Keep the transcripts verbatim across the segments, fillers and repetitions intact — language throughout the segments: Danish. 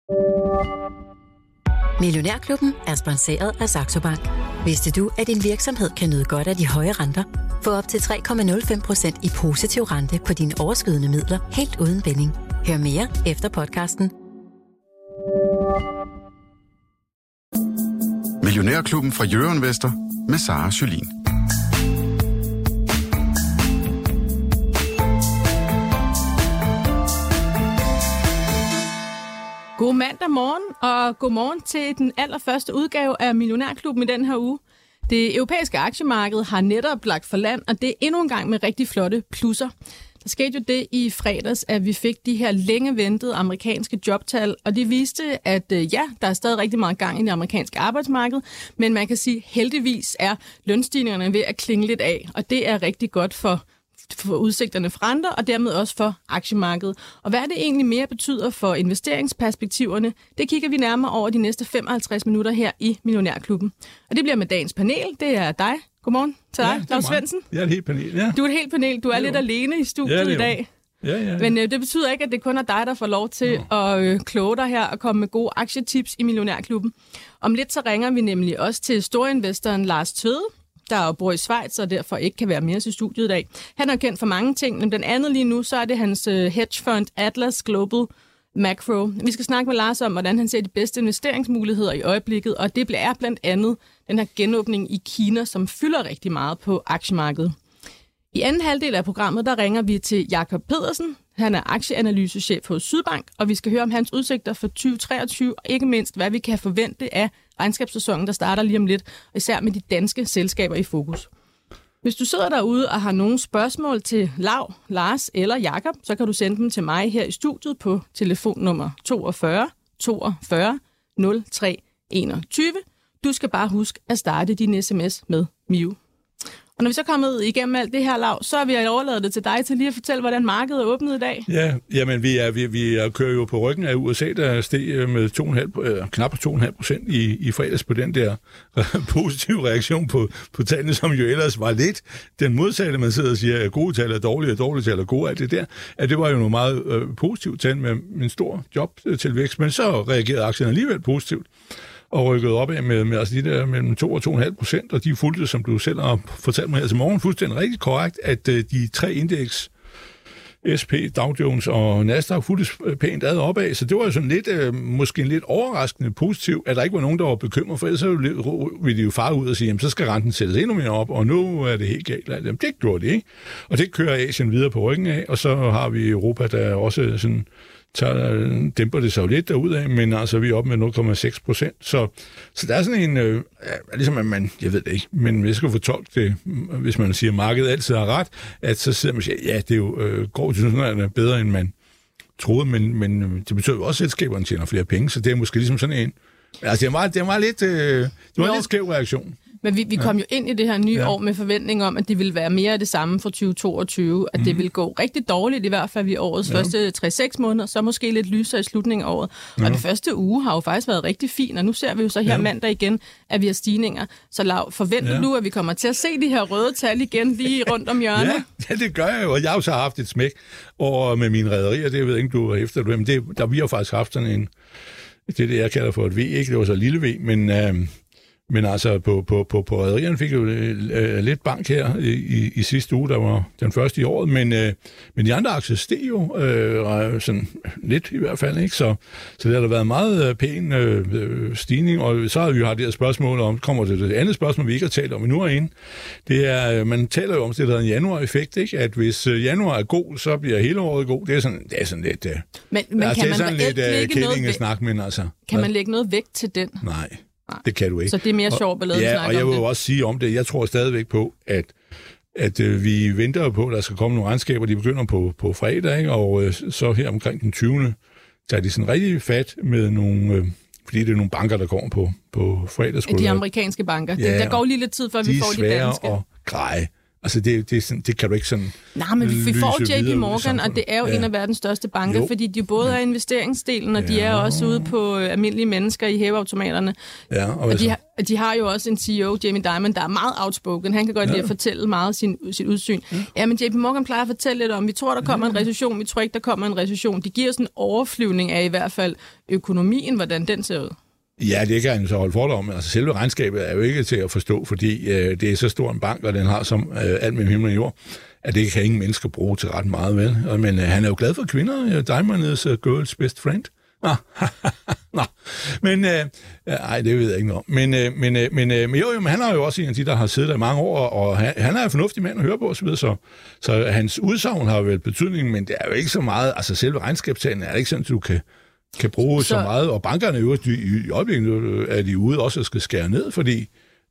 Millionærklubben er sponsoreret af Saxo Bank. Vidste du, at din virksomhed kan nyde godt af de høje renter? Få op til tre komma nul fem procent i positiv rente på dine overskydende midler helt uden binding. Hør mere efter podcasten. Millionærklubben fra Jørgen Vester med Sara Jolin. God mandag morgen, og god morgen til den allerførste udgave af Millionærklubben i den her uge. Det europæiske aktiemarked har netop lagt for land, og det er endnu en gang med rigtig flotte plusser. Der skete jo det i fredags, at vi fik de her længe ventede amerikanske jobtal, og de viste, at ja, der er stadig rigtig meget gang i det amerikanske arbejdsmarked, men man kan sige, heldigvis er lønstigningerne ved at klinge lidt af, og det er rigtig godt for for udsigterne for renter, og dermed også for aktiemarkedet. Og hvad det egentlig mere betyder for investeringsperspektiverne, det kigger vi nærmere over de næste femoghalvtreds minutter her i Millionærklubben. Og det bliver med dagens panel. Det er dig. Godmorgen til dig, ja, Lars Svendsen. Jeg er et helt panel, ja. Du er et helt panel. Du er lidt alene i studiet ja, i dag. Ja, ja, ja. Men øh, det betyder ikke, at det kun er dig, der får lov til Nå. at øh, kloge dig her og komme med gode aktietips i Millionærklubben. Om lidt så ringer vi nemlig også til storinvestoren Lars Tvede, der bor i Schweiz, og derfor ikke kan være mere til studiet i dag. Han er kendt for mange ting, men den andet lige nu, så er det hans hedge fund Atlas Global Macro. Vi skal snakke med Lars om, hvordan han ser de bedste investeringsmuligheder i øjeblikket, og det er blandt andet den her genåbning i Kina, som fylder rigtig meget på aktiemarkedet. I anden halvdel af programmet, der ringer vi til Jakob Pedersen. Han er aktieanalysechef hos Sydbank, og vi skal høre om hans udsigter for tyve treogtyve, og ikke mindst, hvad vi kan forvente af regnskabssæsonen, der starter lige om lidt, især med de danske selskaber i fokus. Hvis du sidder derude og har nogle spørgsmål til Lav, Lars eller Jakob, så kan du sende dem til mig her i studiet på telefonnummer toogfyrre toogfyrre nul tre enogtyve. Du skal bare huske at starte din sms med M I U. Og når vi så er kommet igennem alt det her, Lav, så har vi overladet det til dig til lige at fortælle, hvordan markedet er åbnet i dag. Ja, jamen vi, er, vi, vi er, kører jo på ryggen af U S A, der steg med to komma fem, øh, knap to komma fem procent i, i fredags på den der øh, positive reaktion på, på tallene, som jo ellers var lidt den modsatte, man sidder og siger, at gode tal er dårlige, og dårlige tal er gode, alt det der. At det var jo nogle meget øh, positivt tal med, med en stor jobtilvækst, men så reagerede aktierne alligevel positivt og rykket op af med, med altså de der mellem to og to komma fem procent, og de fulgte, som du selv har fortalt mig her til morgen, fuldstændig rigtig korrekt, at uh, de tre indeks, S P, Dow Jones og Nasdaq, fulgte pænt ad opad, så det var jo sådan lidt, uh, måske en lidt overraskende positiv, at der ikke var nogen, der var bekymret, for ellers så ville de jo fare ud og sige, jamen så skal renten sættes endnu mere op, og nu er det helt galt. Jamen, det gjorde det ikke, og det kører Asien videre på ryggen af, og så har vi Europa, der også sådan så dæmper det sig jo lidt derudad, men altså vi er oppe med nul komma seks procent. Så, så der er sådan en, øh, ligesom at man, jeg ved det ikke, men hvis jeg skal fortolke det, hvis man siger, at markedet altid har ret, at så sidder man og siger, ja, det er jo øh, går til sådan noget bedre, end man troede, men, men det betyder jo også, at selskaberne tjener flere penge, så det er måske ligesom sådan en, altså det var, det var lidt, øh, det var en lidt skæv reaktion. Men vi, vi kom ja. jo ind i det her nye ja. år med forventning om, at det ville være mere af det samme for tyve toogtyve. At mm. det ville gå rigtig dårligt, i hvert fald i årets ja. første tre seks måneder, så måske lidt lysere i slutningen af året. Ja. Og det første uge har jo faktisk været rigtig fin, og nu ser vi jo så her ja. mandag igen, at vi har stigninger. Så Lav, forventer ja. du, at vi kommer til at se de her røde tal igen lige rundt om hjørnet? Ja, ja, det gør jeg jo, og jeg har jo så haft et smæk over med mine rederier, det ved jeg ikke, du er efter, men det, der vi har faktisk haft sådan en, det er det, jeg kalder for et V, ikke? Det var så lille V, men... Øh, Men altså, på, på, på, på rederierne fik jo øh, lidt bank her i, i sidste uge, der var den første i året, men, øh, men de andre aktier steg jo øh, sådan lidt i hvert fald, ikke? Så, så det har der været meget pæn øh, stigning, og så har vi jo haft det her spørgsmål om, kommer det det andet spørgsmål, vi ikke har talt om endnu herinde, det er, man taler jo om det, der hedder en januar-effekt, ikke? At hvis januar er god, så bliver hele året god. Det er sådan, det er sådan lidt... Øh, men, men altså, kan det er sådan man lidt uh, kællingesnak, men altså... Kan man lægge noget vægt til den? Nej. Det kan du ikke. Så det er mere sjovt ballade, ja, snakke om det. Ja, og jeg vil også sige om det. Jeg tror stadigvæk på, at, at øh, vi venter på, at der skal komme nogle regnskaber. De begynder på, på fredag, ikke? Og øh, så her omkring den tyvende tager de sådan rigtig fat med nogle... Øh, fordi det er nogle banker, der kommer på, på fredag. De amerikanske banker. Ja, det, der går lige lidt tid, før vi får de danske. De er svære at greje. Altså, det, det, det, det kan du ikke sådan... Nej, men vi får J P Morgan, og det er jo ja. en af verdens største banker, jo. fordi de både er investeringsdelen, og ja. de er også ude på almindelige mennesker i hæveautomaterne. Ja, og, og de, har, de har jo også en C E O, Jamie Dimon, der er meget outspoken. Han kan godt ja. lide at fortælle meget af sin, sit udsyn. Ja. ja, men J P Morgan plejer at fortælle lidt om, vi tror, der kommer ja. en recession, vi tror ikke, der kommer en recession. De giver sådan en overflyvning af i hvert fald økonomien, hvordan den ser ud. Ja, det kan han så holde for dig om, men altså selve regnskabet er jo ikke til at forstå, fordi øh, det er så stor en bank, og den har som øh, alt med himmel og jord, at det kan ingen mennesker bruge til ret meget, vel? Men øh, han er jo glad for kvinder. Diamond is a girl's best friend. Nå, Nå. Men, øh, ej, det ved jeg ikke noget om. Men, øh, men, øh, men, øh, men jo, jo, men han er jo også en af de, der har siddet der i mange år, og han, han er en fornuftig mand at høre på, så, så, så hans udsagn har vel betydning, men det er jo ikke så meget, altså selve regnskabstalen er det ikke sådan, at du kan kan bruge så, så meget, og bankerne jo i, i øjeblikket er de ude også og skal skære ned, fordi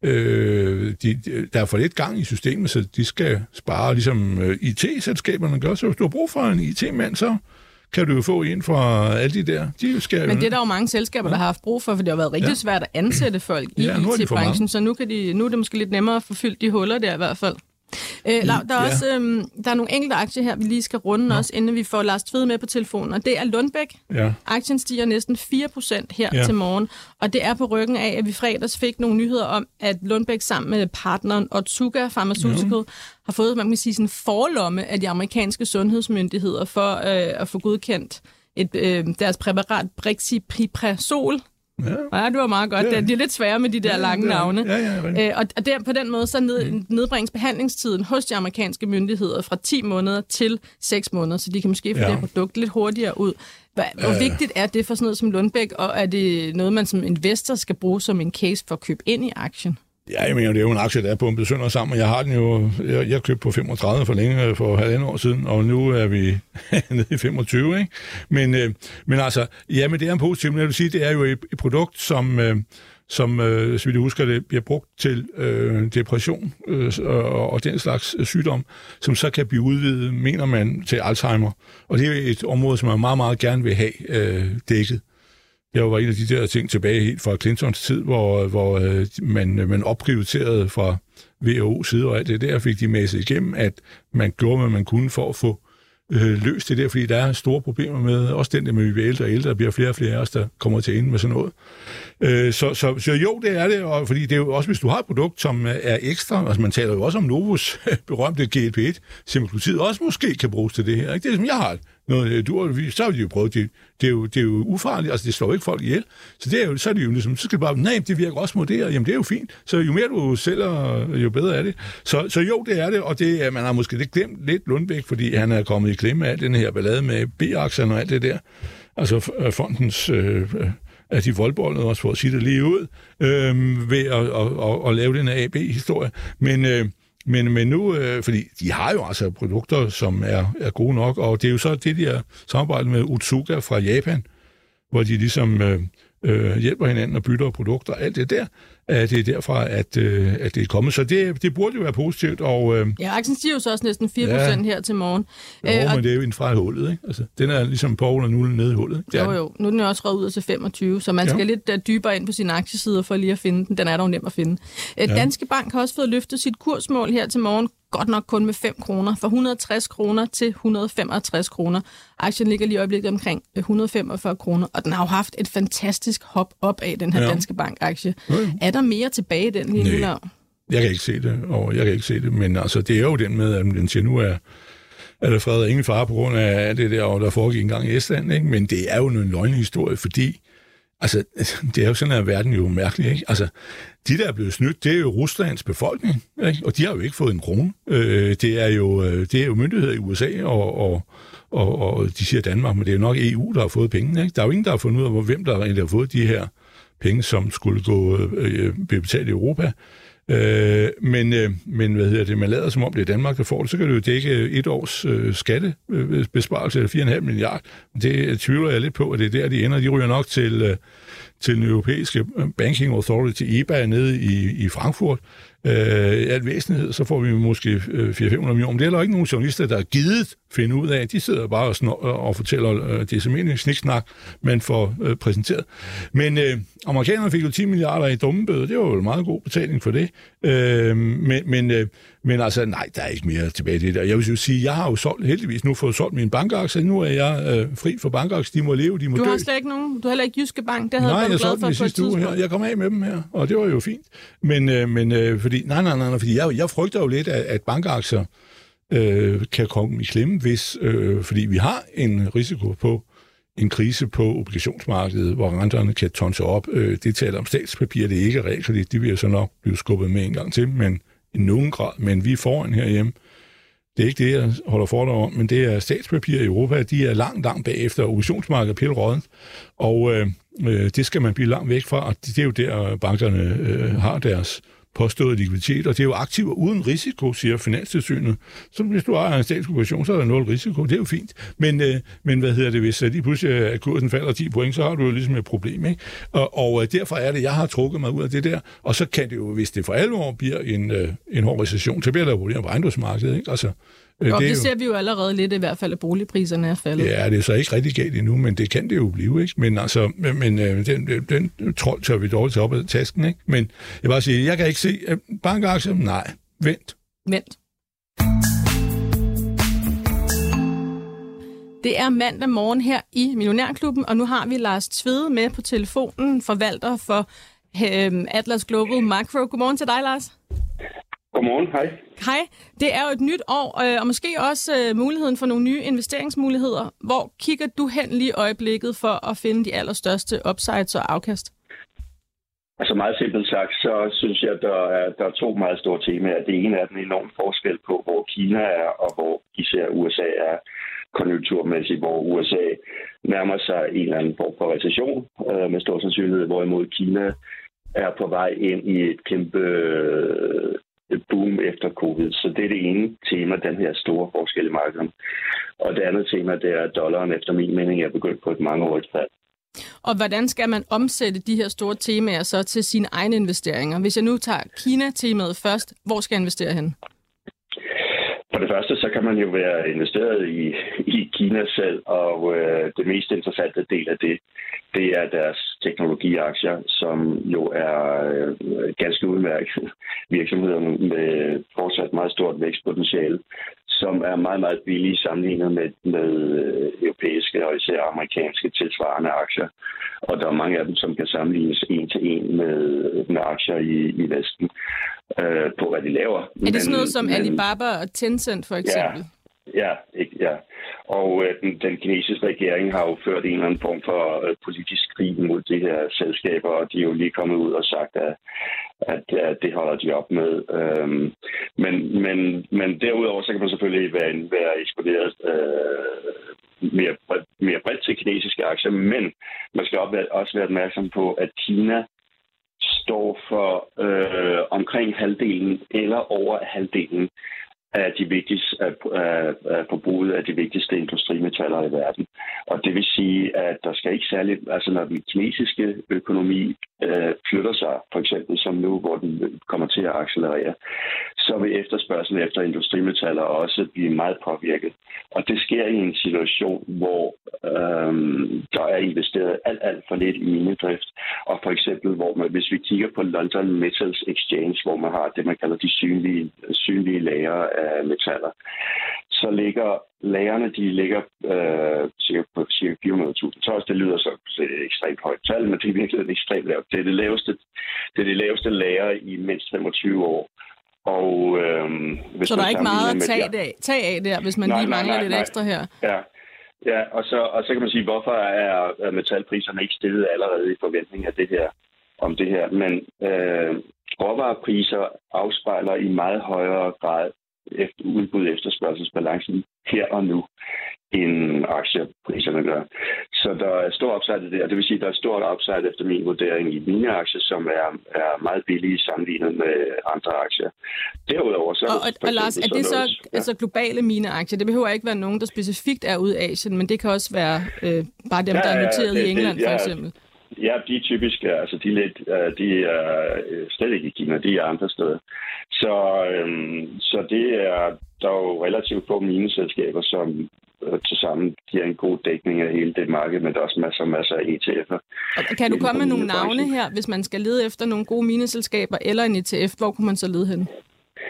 øh, de, der er for lidt gang i systemet, så de skal spare, ligesom øh, I T-selskaberne gør. Så hvis du har brug for en I T-mand, så kan du jo få en fra alle de der. De skal Men det er der jo mange selskaber, der har haft brug for, for det har været rigtig ja. svært at ansætte folk i ja, I T-branchen, så nu, kan de, nu er det måske lidt nemmere at få fyldt de huller der i hvert fald. Øh, Lav, der er ja. også øhm, der er nogle enkelte aktier her, vi lige skal runde ja. også, inden vi får Lars Tvede med på telefonen, og det er Lundbeck. Ja. Aktien stiger næsten fire procent her ja. til morgen, og det er på ryggen af, at vi fredags fik nogle nyheder om, at Lundbeck sammen med partneren Otsuka Pharmaceutical ja. har fået, man kan sige, sådan en forlomme af de amerikanske sundhedsmyndigheder for øh, at få godkendt et, øh, deres præparat Brexipiprazole. Ja. ja, det var meget godt. Ja. De er lidt svære med de der ja, lange navne. Ja, ja, øh, og og der, på den måde så ned, mm. nedbringes behandlingstiden hos de amerikanske myndigheder fra ti måneder til seks måneder, så de kan måske få ja. det produkt lidt hurtigere ud. Hvor, hvor ja. vigtigt er det for sådan noget som Lundbeck, og er det noget, man som investor skal bruge som en case for at købe ind i aktien? Ja, jeg mener, det er jo en aktie, der er pumpet sønder sammen, og jeg har den jo, jeg, jeg købte på femogtredive for længe, for halvandet år siden, og nu er vi nede i femogtyve, ikke? Men, øh, men altså, ja, men det er en positiv, men jeg vil sige, det er jo et, et produkt, som, øh, som øh, så vidt jeg husker det, bliver brugt til øh, depression øh, og, og den slags sygdom, som så kan blive udvidet, mener man, til Alzheimer. Og det er et område, som jeg meget, meget gerne vil have øh, dækket. Det var en af de der ting tilbage helt fra Clintons tid, hvor, hvor øh, man, man opprioriterede fra W H O's side, og alt det der fik de masset igennem, at man gjorde, hvad man kunne for at få øh, løst det der, fordi der er store problemer med, også den der med, at vi bliver ældre og ældre, der bliver flere og flere af os, der kommer til ende med sådan noget. Øh, så, så, så jo, det er det, og fordi det er jo også, hvis du har et produkt, som er ekstra, altså man taler jo også om Novos berømte G L P et, semaglutid også måske kan bruges til det her, ikke? Det er som jeg har noget, du, så har de jo prøvet, det, det, er jo, det er jo ufarligt, altså det slår ikke folk ihjel, så, det er jo, så er det jo ligesom, så skal du bare, nej, det virker også mod det, og jamen det er jo fint, så jo mere du sælger, jo bedre er det. Så, så jo, det er det, og det, man har måske lidt glemt lidt Lundbeck, fordi han er kommet i klemme af den her ballade med B-aktierne og alt det der, altså fondens øh, af de voldbollede også, for at sige det lige ud, øh, ved at, at, at, at lave den her A B-historie, men øh, Men, men nu, øh, fordi de har jo altså produkter, som er, er gode nok, og det er jo så det, de har samarbejdet med Otsuka fra Japan, hvor de ligesom øh, øh, hjælper hinanden og bytter produkter og alt det der. At det er derfra, at, øh, at det er kommet. Så det, det burde jo være positivt. Og, øh, ja, aktien stiger jo så også næsten fire procent ja, her til morgen. Jo, Æ, og men det er jo en fra hullet, ikke? Altså, den er ligesom på og nullen nede i hullet. Ikke? Jo, jo. Nu er den jo også røget ud til femogtyve, så man skal ja. lidt uh, dybere ind på sine aktiesider for lige at finde den. Den er dog nem at finde. Æ, ja. Danske Bank har også fået løftet sit kursmål her til morgen. Godt nok kun med fem kroner. Fra et hundrede og tres kroner til et hundrede og femogtres kroner. Aktien ligger lige i øjeblikket omkring et hundrede og femogfyrre kroner, og den har jo haft et fantastisk hop op af den her ja. Danske Bank-aktie. Ja. Er der mere tilbage i den lige nu? Nej, jeg kan ikke se det, og jeg kan ikke se det, men altså, det er jo den med, at den siger, nu er, er der fred og ingen fare på grund af det der, og der foregik engang i Estland, ikke? Men det er jo en løgnehistorie, fordi altså, det er jo sådan, at verden jo mærkelig, ikke? Altså, de, der er blevet snydt, det er jo Ruslands befolkning, ikke? Og de har jo ikke fået en krone. Øh, det, er jo, det er jo myndigheder i U S A, og, og, og, og de siger Danmark, men det er jo nok E U, der har fået pengene, ikke? Der er jo ingen, der har fundet ud af, hvem der egentlig har fået de her penge, som skulle gå øh, betalt i Europa. Øh, men, øh, men hvad hedder det, man lader som om det er Danmark, der får det, så kan det jo dække et års øh, skattebesparelse af fire komma fem milliarder. Det tvivler jeg lidt på, at det er der, de ender. De ryger nok til, øh, til den europæiske Banking Authority, E B A, nede i, i Frankfurt. Øh, I al væsentlighed, så får vi måske øh, fire til fem hundrede millioner. Men det er der ikke nogen journalister, der har givet finde ud af. De sidder bare og, snor, og fortæller, øh, det er simpelthen en sniksnak, man får øh, præsenteret. Men øh, amerikanerne fik jo ti milliarder i dummebøde. Det var jo en meget god betaling for det. Øh, men, men, øh, Men altså, nej, der er ikke mere tilbage til det der. Jeg vil jo sige, jeg har jo solgt, heldigvis nu fået solgt mine bankaktier. Nu er jeg øh, fri for bankaktier. De må leve, de må du dø. Du har slet ikke nogen? Du har heller ikke Jyske Bank? Det havde nej, jeg jeg glad for solgte på et tidspunkt. Her. Jeg kom af med dem her, og det var jo fint. Men, øh, men øh, fordi, nej, nej, nej, fordi jeg, jeg frygter jo lidt, at, at bankaktier øh, kan komme i klemme, hvis, øh, fordi vi har en risiko på en krise på obligationsmarkedet, hvor renterne kan tonse op. Øh, det taler om statspapir, det er ikke realkredit, det vil jeg så nok blive skubbet med en gang til, men i nogen grad, men vi er foran herhjemme. Det er ikke det, jeg holder for dig om, men det er statspapir i Europa, de er langt, langt bagefter. Obligationsmarkedet er pilrådent, og øh, det skal man blive langt væk fra, og det er jo der, bankerne øh, har deres påstået likviditet, og det er jo aktiver uden risiko, siger Finanstilsynet. Så hvis du ejer en statsobligation, så er der nul risiko. Det er jo fint. Men, øh, men hvad hedder det, hvis lige pludselig at kursen falder ti point, så har du jo ligesom et problem, ikke? Og, og derfor er det, jeg har trukket mig ud af det der, og så kan det jo, hvis det for alvor bliver en, øh, en hård recession, så bliver der jo problemer på ejendomsmarkedet, ikke? Altså, øh, og det, det ser jo, vi jo allerede lidt i hvert fald, at boligpriserne er faldet. Ja, det er så ikke rigtig galt endnu, men det kan det jo blive, ikke? Men altså, men, øh, den, den, den trold tør vi dårligt til op af tasken, ikke? Men jeg vil bare sige, jeg kan ikke se øh, bankaktier, nej, vent. Vent. Det er mandag morgen her i Millionærklubben, og nu har vi Lars Tvede med på telefonen, forvalter for øh, Atlas Global Macro. Godmorgen til dig, Lars. Godmorgen, hej. Hej. Det er jo et nyt år, øh, og måske også øh, muligheden for nogle nye investeringsmuligheder. Hvor kigger du hen lige i øjeblikket for at finde de allerstørste upsides og afkast? Altså meget simpelt sagt, så synes jeg, at der er, der er to meget store temaer. Det ene er den enorme forskel på, hvor Kina er, og hvor især U S A er konjunkturmæssigt, hvor U S A nærmer sig en eller anden form for recession øh, med stor sandsynlighed, hvorimod Kina er på vej ind i et kæmpe øh, boom efter covid. Så det er det ene tema, den her store forskel i markedet. Og det andet tema, det er, at dollaren efter min mening er begyndt på et mangeårigt fald. Og hvordan skal man omsætte de her store temaer så til sine egne investeringer? Hvis jeg nu tager Kina-temaet først, hvor skal jeg investere hen? For det første, så kan man jo være investeret i, i Kina selv, og øh, det mest interessante del af det, det er deres teknologiaktier, som jo er øh, ganske udmærket virksomheder med fortsat meget stort vækstpotentiale, som er meget, meget billige sammenlignet med, med europæiske og især amerikanske tilsvarende aktier. Og der er mange af dem, som kan sammenlignes en til en med, med aktier i, i Vesten øh, på, hvad de laver. Er det sådan noget men, som Alibaba og Tencent for eksempel? Ja, ja, ikke, ja. Og øh, den, den kinesiske regering har jo ført en eller anden form for øh, politisk krig mod de her selskaber, og de er jo lige kommet ud og sagt, at, at, at det holder de op med. Øhm, men, men, men derudover så kan man selvfølgelig være, være eksponeret øh, mere, mere bredt til kinesiske aktier, men man skal også være opmærksom på, at Kina står for øh, omkring halvdelen eller over halvdelen af de vigtigste af, af, af forbruget af de vigtigste industrimetaller i verden. Og det vil sige, at der skal ikke særligt, altså når den kinesiske økonomi øh, flytter sig, for eksempel som nu, hvor den kommer til at accelerere, så vil efterspørgselen efter industrimetaller også blive meget påvirket. Og det sker i en situation, hvor øh, der er investeret alt, alt for lidt i minedrift. Og for eksempel, hvor man, hvis vi kigger på London Metals Exchange, hvor man har det, man kalder de synlige, synlige lagre af metaller, så ligger lagerne, de ligger øh, cirka på cirka fire hundrede tusind tons. Det lyder så et ekstremt højt tal, men det er virkelig ekstremt lavt. Det er det laveste, det er det laveste lager i mindst femogtyve år. Og, øh, hvis så der er ikke meget at tage, med, af, tage af der, hvis man nej, lige mangler nej, nej, lidt ekstra her? Ja, ja og, så, og så kan man sige, hvorfor er metalpriserne ikke stillet allerede i forventning af det her, om det her. Men øh, råvarepriser afspejler i meget højere grad efter udbud efterspørgselsbalancen her og nu, end aktiepriserne gør. Så der er stor upside der. Det vil sige, at der er stor upside efter min vurdering i mine aktier, som er, er meget billige sammenlignet med andre aktier. Derudover så... Og, og, og Lars, er det så noget, ja. altså globale mineaktier? Det behøver ikke være nogen, der specifikt er ude af Asien, men det kan også være øh, bare dem, ja, der er noteret det, i England, det, ja, for eksempel. Ja, de er typisk, altså de, lidt, de er slet ikke i Kina, de er andre steder. Så, øhm, så det er, der er jo relativt få mineselskaber, som øh, tilsammen giver en god dækning af hele det marked, men der er også masser og masser af E T F'er. Kan du komme med nogle navne her, hvis man skal lede efter nogle gode mineselskaber eller en E T F? Hvor kunne man så lede hen?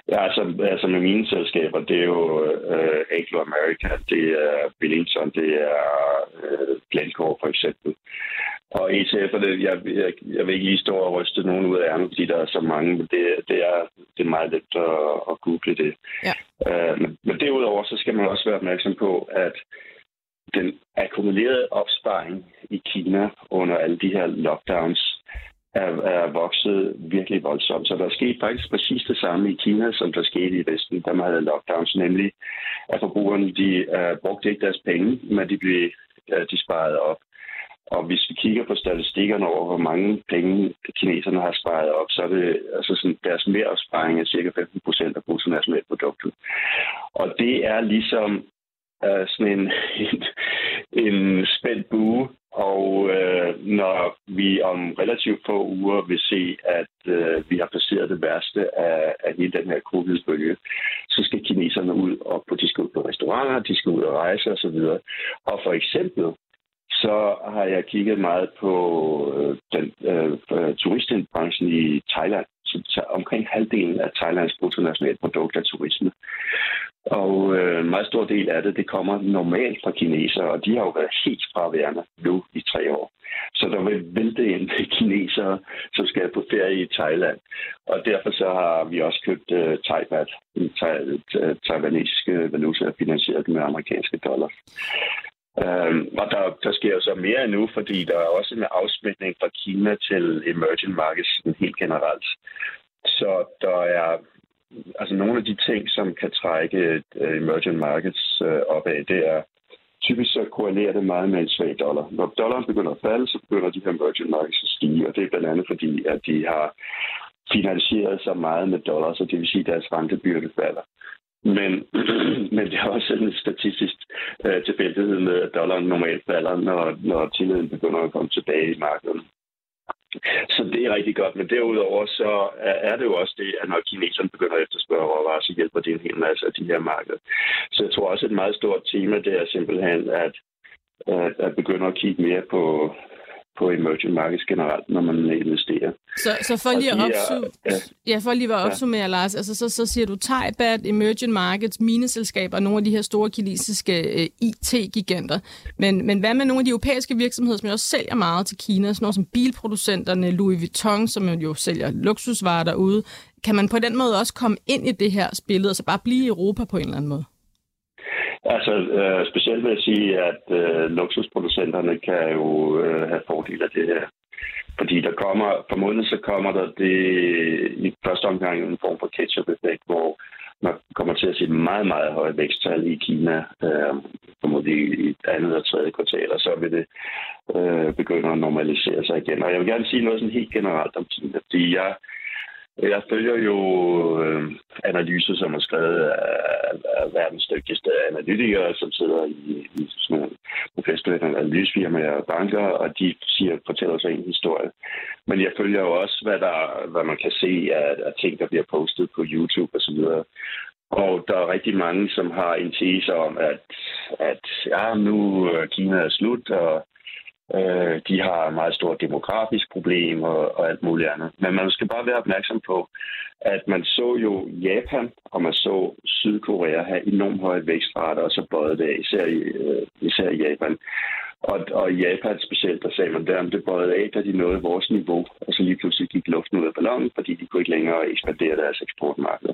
Ja, altså, altså med mine selskaber, det er jo øh, Anglo America, det er Billington, det er øh, Glencore for eksempel. Og E T F'erne, jeg, jeg, jeg vil ikke lige stå og ryste nogen ud af ærmet, fordi der er så mange, men det, det, er, det er meget let at, at google det. Ja. Øh, men, men derudover, så skal man også være opmærksom på, at den akkumulerede opsparing i Kina under alle de her lockdowns er, er vokset virkelig voldsomt. Så der er sket faktisk præcis det samme i Kina, som der skete i Vesten, da man havde lockdowns, nemlig at forbrugerne de uh, brugte ikke deres penge, men de blev uh, de sparede op. Og hvis vi kigger på statistikkerne over, hvor mange penge kineserne har sparet op, så er det altså sådan, deres meropsparing er cirka femten procent af bruttonationalproduktet. Og det er ligesom uh, sådan en, en, en spændt bue. Og øh, når vi om relativt få uger vil se, at øh, vi har passeret det værste af, af hele den her covid-bølge, så skal kineserne ud, og på, de skal ud på restauranter, de skal ud og rejse osv. Og for eksempel, så har jeg kigget meget på øh, den øh, turistbranchen i Thailand. Så omkring halvdelen af Thailands bruttonationalprodukt er turisme. Og øh, en meget stor del af det, det kommer normalt fra kinesere, og de har jo været helt fraværende nu i tre år. Så der vil vælte ind kinesere, som skal på ferie i Thailand. Og derfor så har vi også købt øh, Thai-baht, taiwanesiske valuta, finansieret med amerikanske dollars. Um, og der, der sker jo så mere endnu, fordi der er også en afsmitning fra Kina til emerging markets helt generelt. Så der er altså nogle af de ting, som kan trække uh, emerging markets uh, opad, det er typisk så korrelerer det meget med en svag dollar. Når dollaren begynder at falde, så begynder de her emerging markets at stige, og det er blandt andet fordi, at de har finansieret sig meget med dollar, så det vil sige, at deres rentebyrde falder. Men, men det er også en statistisk øh, tilfældighed med, at dollaren normalt falder, når, når tilliden begynder at komme tilbage i markedet. Så det er rigtig godt. Men derudover så er det jo også det, at når kineserne begynder at efterspørge råvarer, så hjælper det en hel masse af de her markeder. Så jeg tror også, et meget stort tema, det er simpelthen, at, at, at begynde at kigge mere på... på emerging markets generelt, når man investerer. Så, så for lige at opsummere, ja. Ja, for lige at opsummere, ja. Lars, altså så, så siger du Thai-baht, emerging markets, mineselskaber, nogle af de her store kinesiske uh, I T-giganter. Men, men hvad med nogle af de europæiske virksomheder, som jo også sælger meget til Kina, sådan noget som bilproducenterne, Louis Vuitton, som jo sælger luksusvarer derude. Kan man på den måde også komme ind i det her spillet, og så bare blive i Europa på en eller anden måde? Altså, øh, specielt vil jeg sige, at øh, luksusproducenterne kan jo øh, have fordele af det her. Fordi der kommer, formodentlig så kommer der det i første omgang en form for catch-up-effekt, hvor man kommer til at se meget, meget høje væksttal i Kina, øh, formodentlig i andet og tredje kvartal, og så vil det øh, begynde at normalisere sig igen. Og jeg vil gerne sige noget sådan helt generelt om Kina, fordi jeg Jeg følger jo øh, analyser, som er skrevet af, af verdens dygtigste analytikere, som sidder i, i sådan nogle professionelle analysefirmaer og banker, og de siger, fortæller sig en historie. Men jeg følger jo også, hvad, der, hvad man kan se af, af ting, der bliver postet på YouTube osv. Og der er rigtig mange, som har en tese om, at, at ja, nu Kina er slut, og Øh, de har et meget stort demografisk problem og, og alt muligt andet. Men man skal bare være opmærksom på, at man så jo Japan, og man så Sydkorea have enormt høje vækstrater, og så bøjede det af, især i, øh, især i Japan. Og, og i Japan specielt, der sagde man der, om det bøjede af, da de nåede vores niveau, og så lige pludselig gik luften ud af ballonen, fordi de kunne ikke længere ekspandere deres eksportmarked.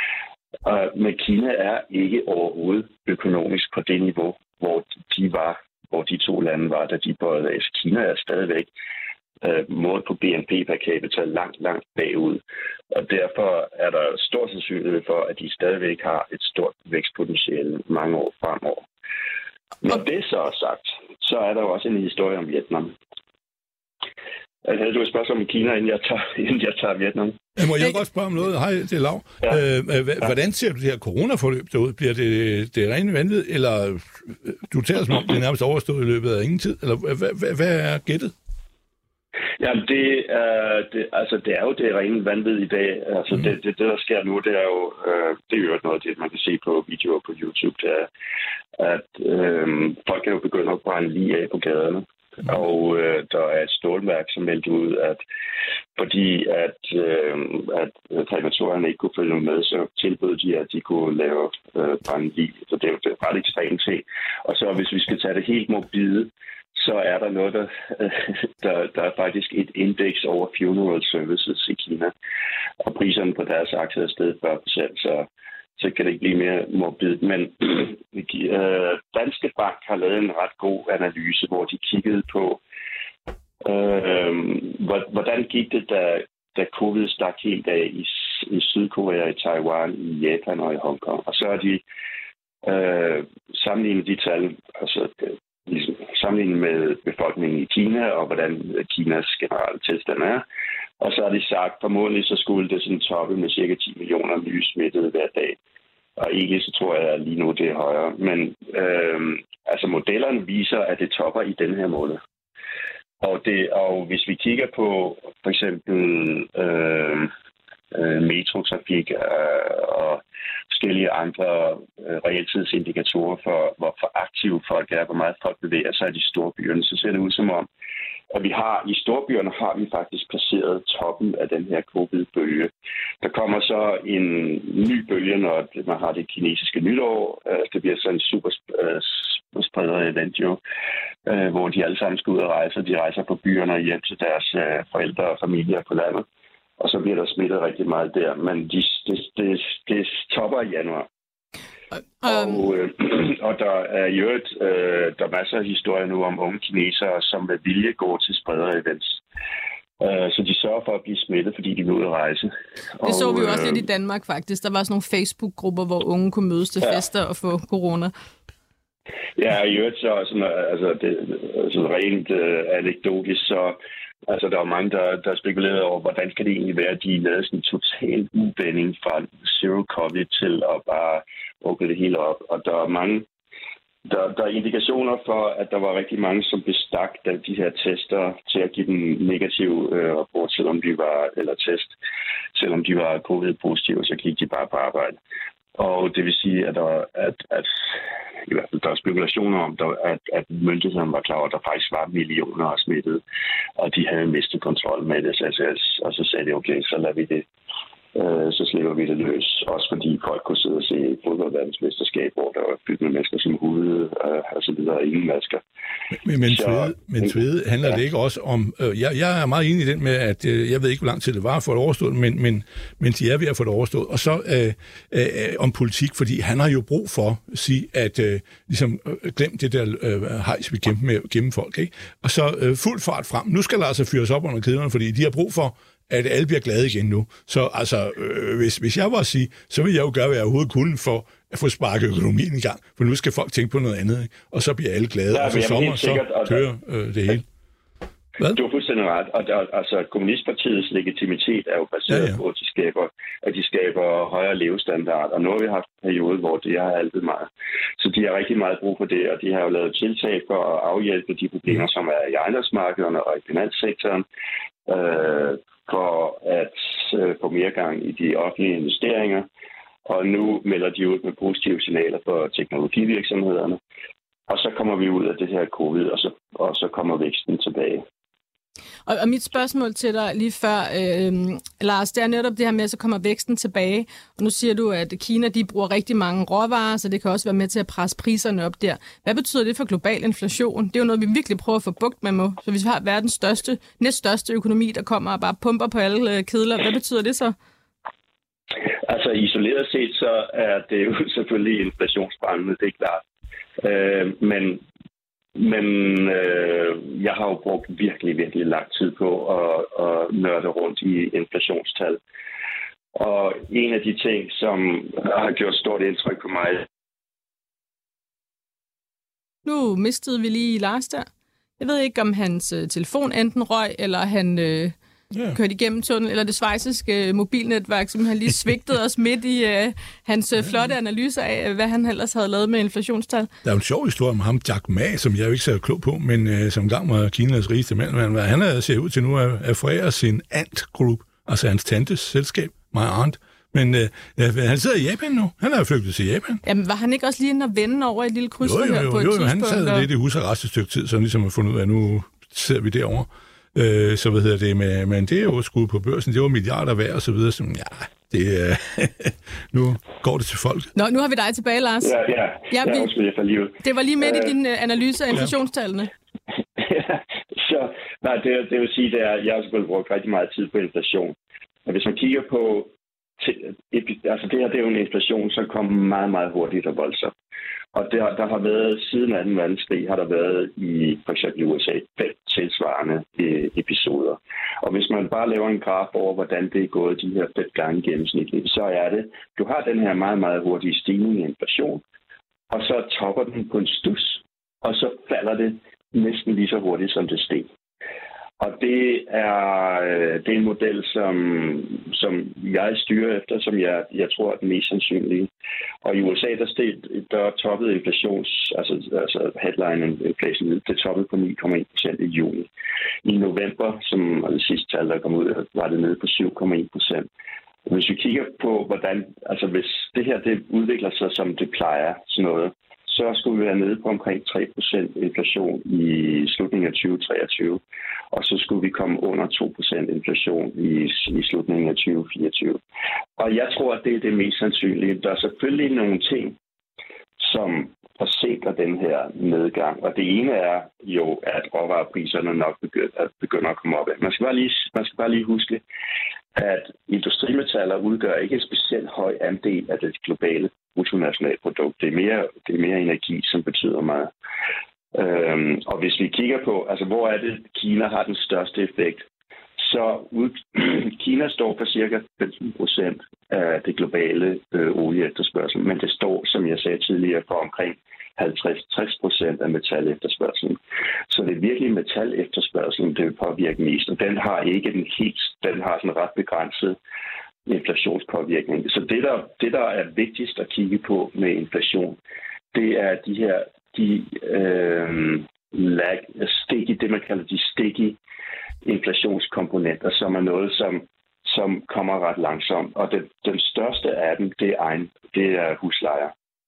Og, men Kina er ikke overhovedet økonomisk på det niveau, hvor de var hvor de to lande var, da de bøjede af. Kina er stadigvæk øh, målt på B N P per capita langt, langt bagud. Og derfor er der stor sandsynlighed for, at de stadigvæk har et stort vækstpotentiale mange år fremover. Når det så er sagt, så er der jo også en historie om Vietnam. Havde du et spørgsmål om Kina, inden jeg tager, inden jeg tager Vietnam? Ja, må jeg godt spørge om noget? Hej, det er Lav. Ja. Øh, hvordan ser du det her coronaforløb derud? Bliver det, det rene vanvid, eller du taler som om det er nærmest overstået i løbet af ingen tid? Eller hvad, hvad, hvad er gættet? Jamen, det er, det, altså, det er jo det rene vanvid i dag. Altså, mm. det, det, det, der sker nu, det er jo øh, det er jo noget af det, man kan se på videoer på YouTube. Det er, at øh, folk kan jo begynde at brænde lige af på gaderne. Og øh, der er et stålværk, som meldte ud, at fordi at, øh, at krematorierne ikke kunne følge med, så tilbød de, at de kunne lave øh, brændevig. Så det er jo det ret ekstremt ting. Og så hvis vi skal tage det helt morbide, så er der noget, der, der, der er faktisk et indeks over funeral services i Kina. Og priserne på deres aktier er steget fyrre procent, så, så kan det ikke blive mere morbidt. Men øh, Danske Bank har lavet en ret god analyse, hvor de kiggede på, øh, hvordan gik det, da, da covid stak helt af i, i Sydkorea, i Taiwan, i Japan og i Hongkong. Og så har de øh, sammenlignet de tal, altså ligesom sammenlignet med befolkningen i Kina, og hvordan Kinas generelle tilstand er. Og så har de sagt, formodentlig så skulle det sådan toppe med cirka ti millioner nye smittede hver dag. Og egentlig så tror jeg, at lige nu det er højere. Men øh, altså modellerne viser, at det topper i den her måned. Og, det, og hvis vi kigger på for eksempel øh, øh, metrotrafik øh, og forskellige andre øh, realtidsindikatorer for, hvor for aktive folk er, hvor meget folk bevæger sig i de store byerne, så ser det ud som om, at vi har i storbyerne har vi faktisk passeret toppen af den her covid-bølge. Der kommer så en ny bølge, når man har det kinesiske nytår. Det bliver så en super spreder event jo, hvor de alle sammen skal ud og rejse. De rejser på byerne og hjem til deres forældre og familier på landet. Og så bliver der smittet rigtig meget der. Men det de, de, de stopper i januar. Um... Og, øh, og der er jo et, øh, der er masser af historier nu om unge kinesere, som med vilje går til spreder-events. Uh, så de sørger for at blive smittet, fordi de vil ud at rejse. Det og, så vi jo også øh, lidt i Danmark faktisk. Der var sådan nogle Facebook-grupper, hvor unge kunne mødes til ja. fester og få corona. Ja, i øvrigt så sådan, altså, det, altså rent øh, anekdotisk, så altså, der er mange, der, der spekulerer over, hvordan kan det egentlig være, at de lavede sådan en total uvending fra zero covid til at bare åbne det hele op. Og der er mange, der, der er indikationer for, at der var rigtig mange, som bestak de her tester til at give dem negativ øh, rapport, selvom de var, eller test, selvom de var covid-positive, så gik de bare på arbejde. Og det vil sige, at, der, at, at i hvert fald der er spekulationer om, der, at, at myndighederne var klar over, at der faktisk var millioner af smittet, og de havde mistet kontrol med det. Så, og så sagde de, okay, så lader vi det. Øh, så slipper vi det løs. Også fordi folk kunne sidde og se fodboldverdensmesterskab, hvor der var fyldt med mennesker som hude, øh, og så videre, ingen masker. Men, men, så, tvede, men tvede handler ja. det ikke også om... Øh, jeg, jeg er meget enig i den med, at øh, jeg ved ikke, hvor lang tid det var for at overstå det, men, men, men de er ved at få det overstået. Og så øh, øh, om politik, fordi han har jo brug for at sige, at øh, ligesom, øh, glem det der øh, hejs, vi kæmper med gennem folk. Ikke? Og så øh, fuld fart frem. Nu skal der altså fyres op under kedlerne, fordi de har brug for at alle bliver glade igen nu. Så altså, øh, hvis, hvis jeg var at sige, så vil jeg jo gøre, hvad jeg overhovedet kunne for at få sparket økonomien i gang. For nu skal folk tænke på noget andet, ikke? Og så bliver alle glade, ja, og så sommer, så kører øh, det hele. Hvad? Du er fuldstændig ret. Og der, altså, kommunistpartiets legitimitet er jo baseret ja, ja. på, at de, skaber, at de skaber højere levestandard. Og nu har vi haft en periode, hvor det har altid meget. Så de har rigtig meget brug for det, og de har jo lavet tiltag for at afhjælpe de problemer, som er i ejendomsmarkederne og i finanssektoren. Øh, for at øh, få mere gang i de offentlige investeringer. Og nu melder de ud med positive signaler for teknologivirksomhederne. Og så kommer vi ud af det her covid, og så, og så kommer væksten tilbage. Og, og mit spørgsmål til dig lige før, øh, Lars, det er netop det her med, at så kommer væksten tilbage. Og nu siger du, at Kina de bruger rigtig mange råvarer, så det kan også være med til at presse priserne op der. Hvad betyder det for global inflation? Det er jo noget, vi virkelig prøver at få bugt med. Må. Så hvis vi har verdens største, næststørste økonomi, der kommer og bare pumper på alle kedler, hvad betyder det så? Altså isoleret set, så er det jo selvfølgelig inflationsbrændende, det er klart. Øh, men Men øh, jeg har jo brugt virkelig, virkelig lang tid på at, at nørde rundt i inflationstal. Og en af de ting, som har gjort stort indtryk på mig... Nu mistede vi lige Lars der. Jeg ved ikke, om hans uh, telefon enten røg, eller han øh, yeah. kørte igennem tunnel, eller det schweiziske uh, mobilnetværk, som han lige svigtede os midt i uh, hans uh, flotte analyser af, uh, hvad han ellers havde lavet med inflationstal. Der er jo en sjov historie om ham, Jack Ma, som jeg jo ikke så klog på, men uh, som gang var Kinas rigeste mand. Han, han er, ser ud til nu at, at forære sin Ant Group, altså hans tantes selskab, My Aunt, Men øh, han sidder i Japan nu. Han er flygtet til Japan. Jamen, var han ikke også lige inde og vende over et lille kryds jo, jo, jo, her på et jo, jo, tidspunkt? han sad og... lidt i husarrest et stykke tid, så ligesom har fundet ud af, at nu sidder vi derovre. Øh, så hvad hedder det, med, men det er jo skudt på børsen, det var milliarder værd og så videre. Så, ja, det er... nu går det til folk. Nå, nu har vi dig tilbage, Lars. Ja, ja. ja vi, ja for livet. Det var lige midt uh, i din uh, analyse af inflationstallene. Ja, så nej, det, det vil sige, at jeg har selvfølgelig brugt rigtig meget tid på inflation. Og hvis man kigger på... Til, altså det her, det er jo en inflation, som kommer meget, meget hurtigt og voldsomt. Og der, der har været, siden anden verdenskrig, har der været i for eksempel i U S A fem tilsvarende øh, episoder. Og hvis man bare laver en graf over, hvordan det er gået de her fem gange gennemsnitligt, så er det, du har den her meget, meget hurtige stigning i inflation, og så topper den på en stus, og så falder det næsten lige så hurtigt, som det steg. Og det er, det er en model, som, som jeg styrer efter, som jeg, jeg tror er den mest sandsynlige. Og i U S A, der, steg, der toppede inflations, altså, altså headline inflation, det toppede på ni komma en procent i juni. I november, som var det sidste tal, der kom ud, var det nede på syv komma en procent. Hvis vi kigger på, hvordan, altså hvis det her det udvikler sig, som det plejer, sådan noget, så skulle vi være nede på omkring tre procent inflation i slutningen af tyve treogtyve. Og så skulle vi komme under to procent inflation i, i slutningen af tyve fireogtyve. Og jeg tror, at det er det mest sandsynlige. Der er selvfølgelig nogle ting, som forsinker den her nedgang. Og det ene er jo, at råvarepriserne nok begynder, begynder at komme op. Man skal, bare lige, man skal bare lige huske, at industrimetaller udgør ikke en specielt høj andel af det globale bruttonationalprodukt. Det er mere, det er mere energi, som betyder meget. Øhm, og hvis vi kigger på, altså hvor er det, Kina har den største effekt, så ud, Kina står for cirka femten procent af det globale øh, olieefterspørgsel, men det står, som jeg sagde tidligere, for omkring halvtreds til tres procent af metalefterspørgselen. Så det er virkelig metalefterspørgselen, det vil påvirke mest, og den har ikke den helt, den har sådan ret begrænset inflationspåvirkning. Så det der, det, der er vigtigst at kigge på med inflation, det er de her de øh, lag, sticky, det man kalder de sticky inflationskomponenter, som er noget, som, som kommer ret langsomt. Og det, den største af dem, det er, egen, det er huslejer.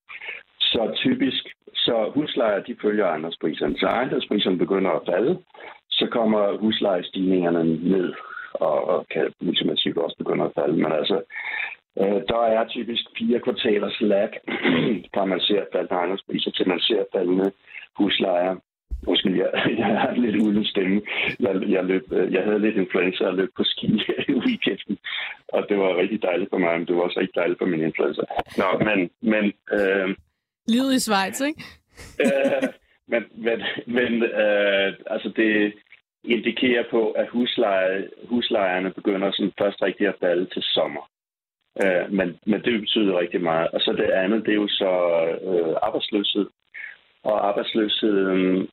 Så typisk, så huslejer, de følger ejendomspriserne. Så ejendomspriserne begynder at falde, så kommer huslejestigningerne ned, og, og kan ultimativt også begynde at falde. Men altså, øh, der er typisk fire kvartalers lag, fra man ser faldende ejendomspriser, til man ser faldende huslejer. Måske jeg, jeg har lidt uden stemme. Jeg, jeg, løb, jeg havde lidt influenza og løb på ski i weekenden, og det var rigtig dejligt for mig, men det var også rigtig dejligt for min influenza. Nå, men... men øh, Livet i Schweiz, ikke? øh, men men, men øh, altså det indikerer på, at husleje, huslejerne begynder sådan først rigtig at falde til sommer. Øh, men, men det betyder rigtig meget. Og så det andet, det er jo så øh, arbejdsløshed. Og arbejdsløsheden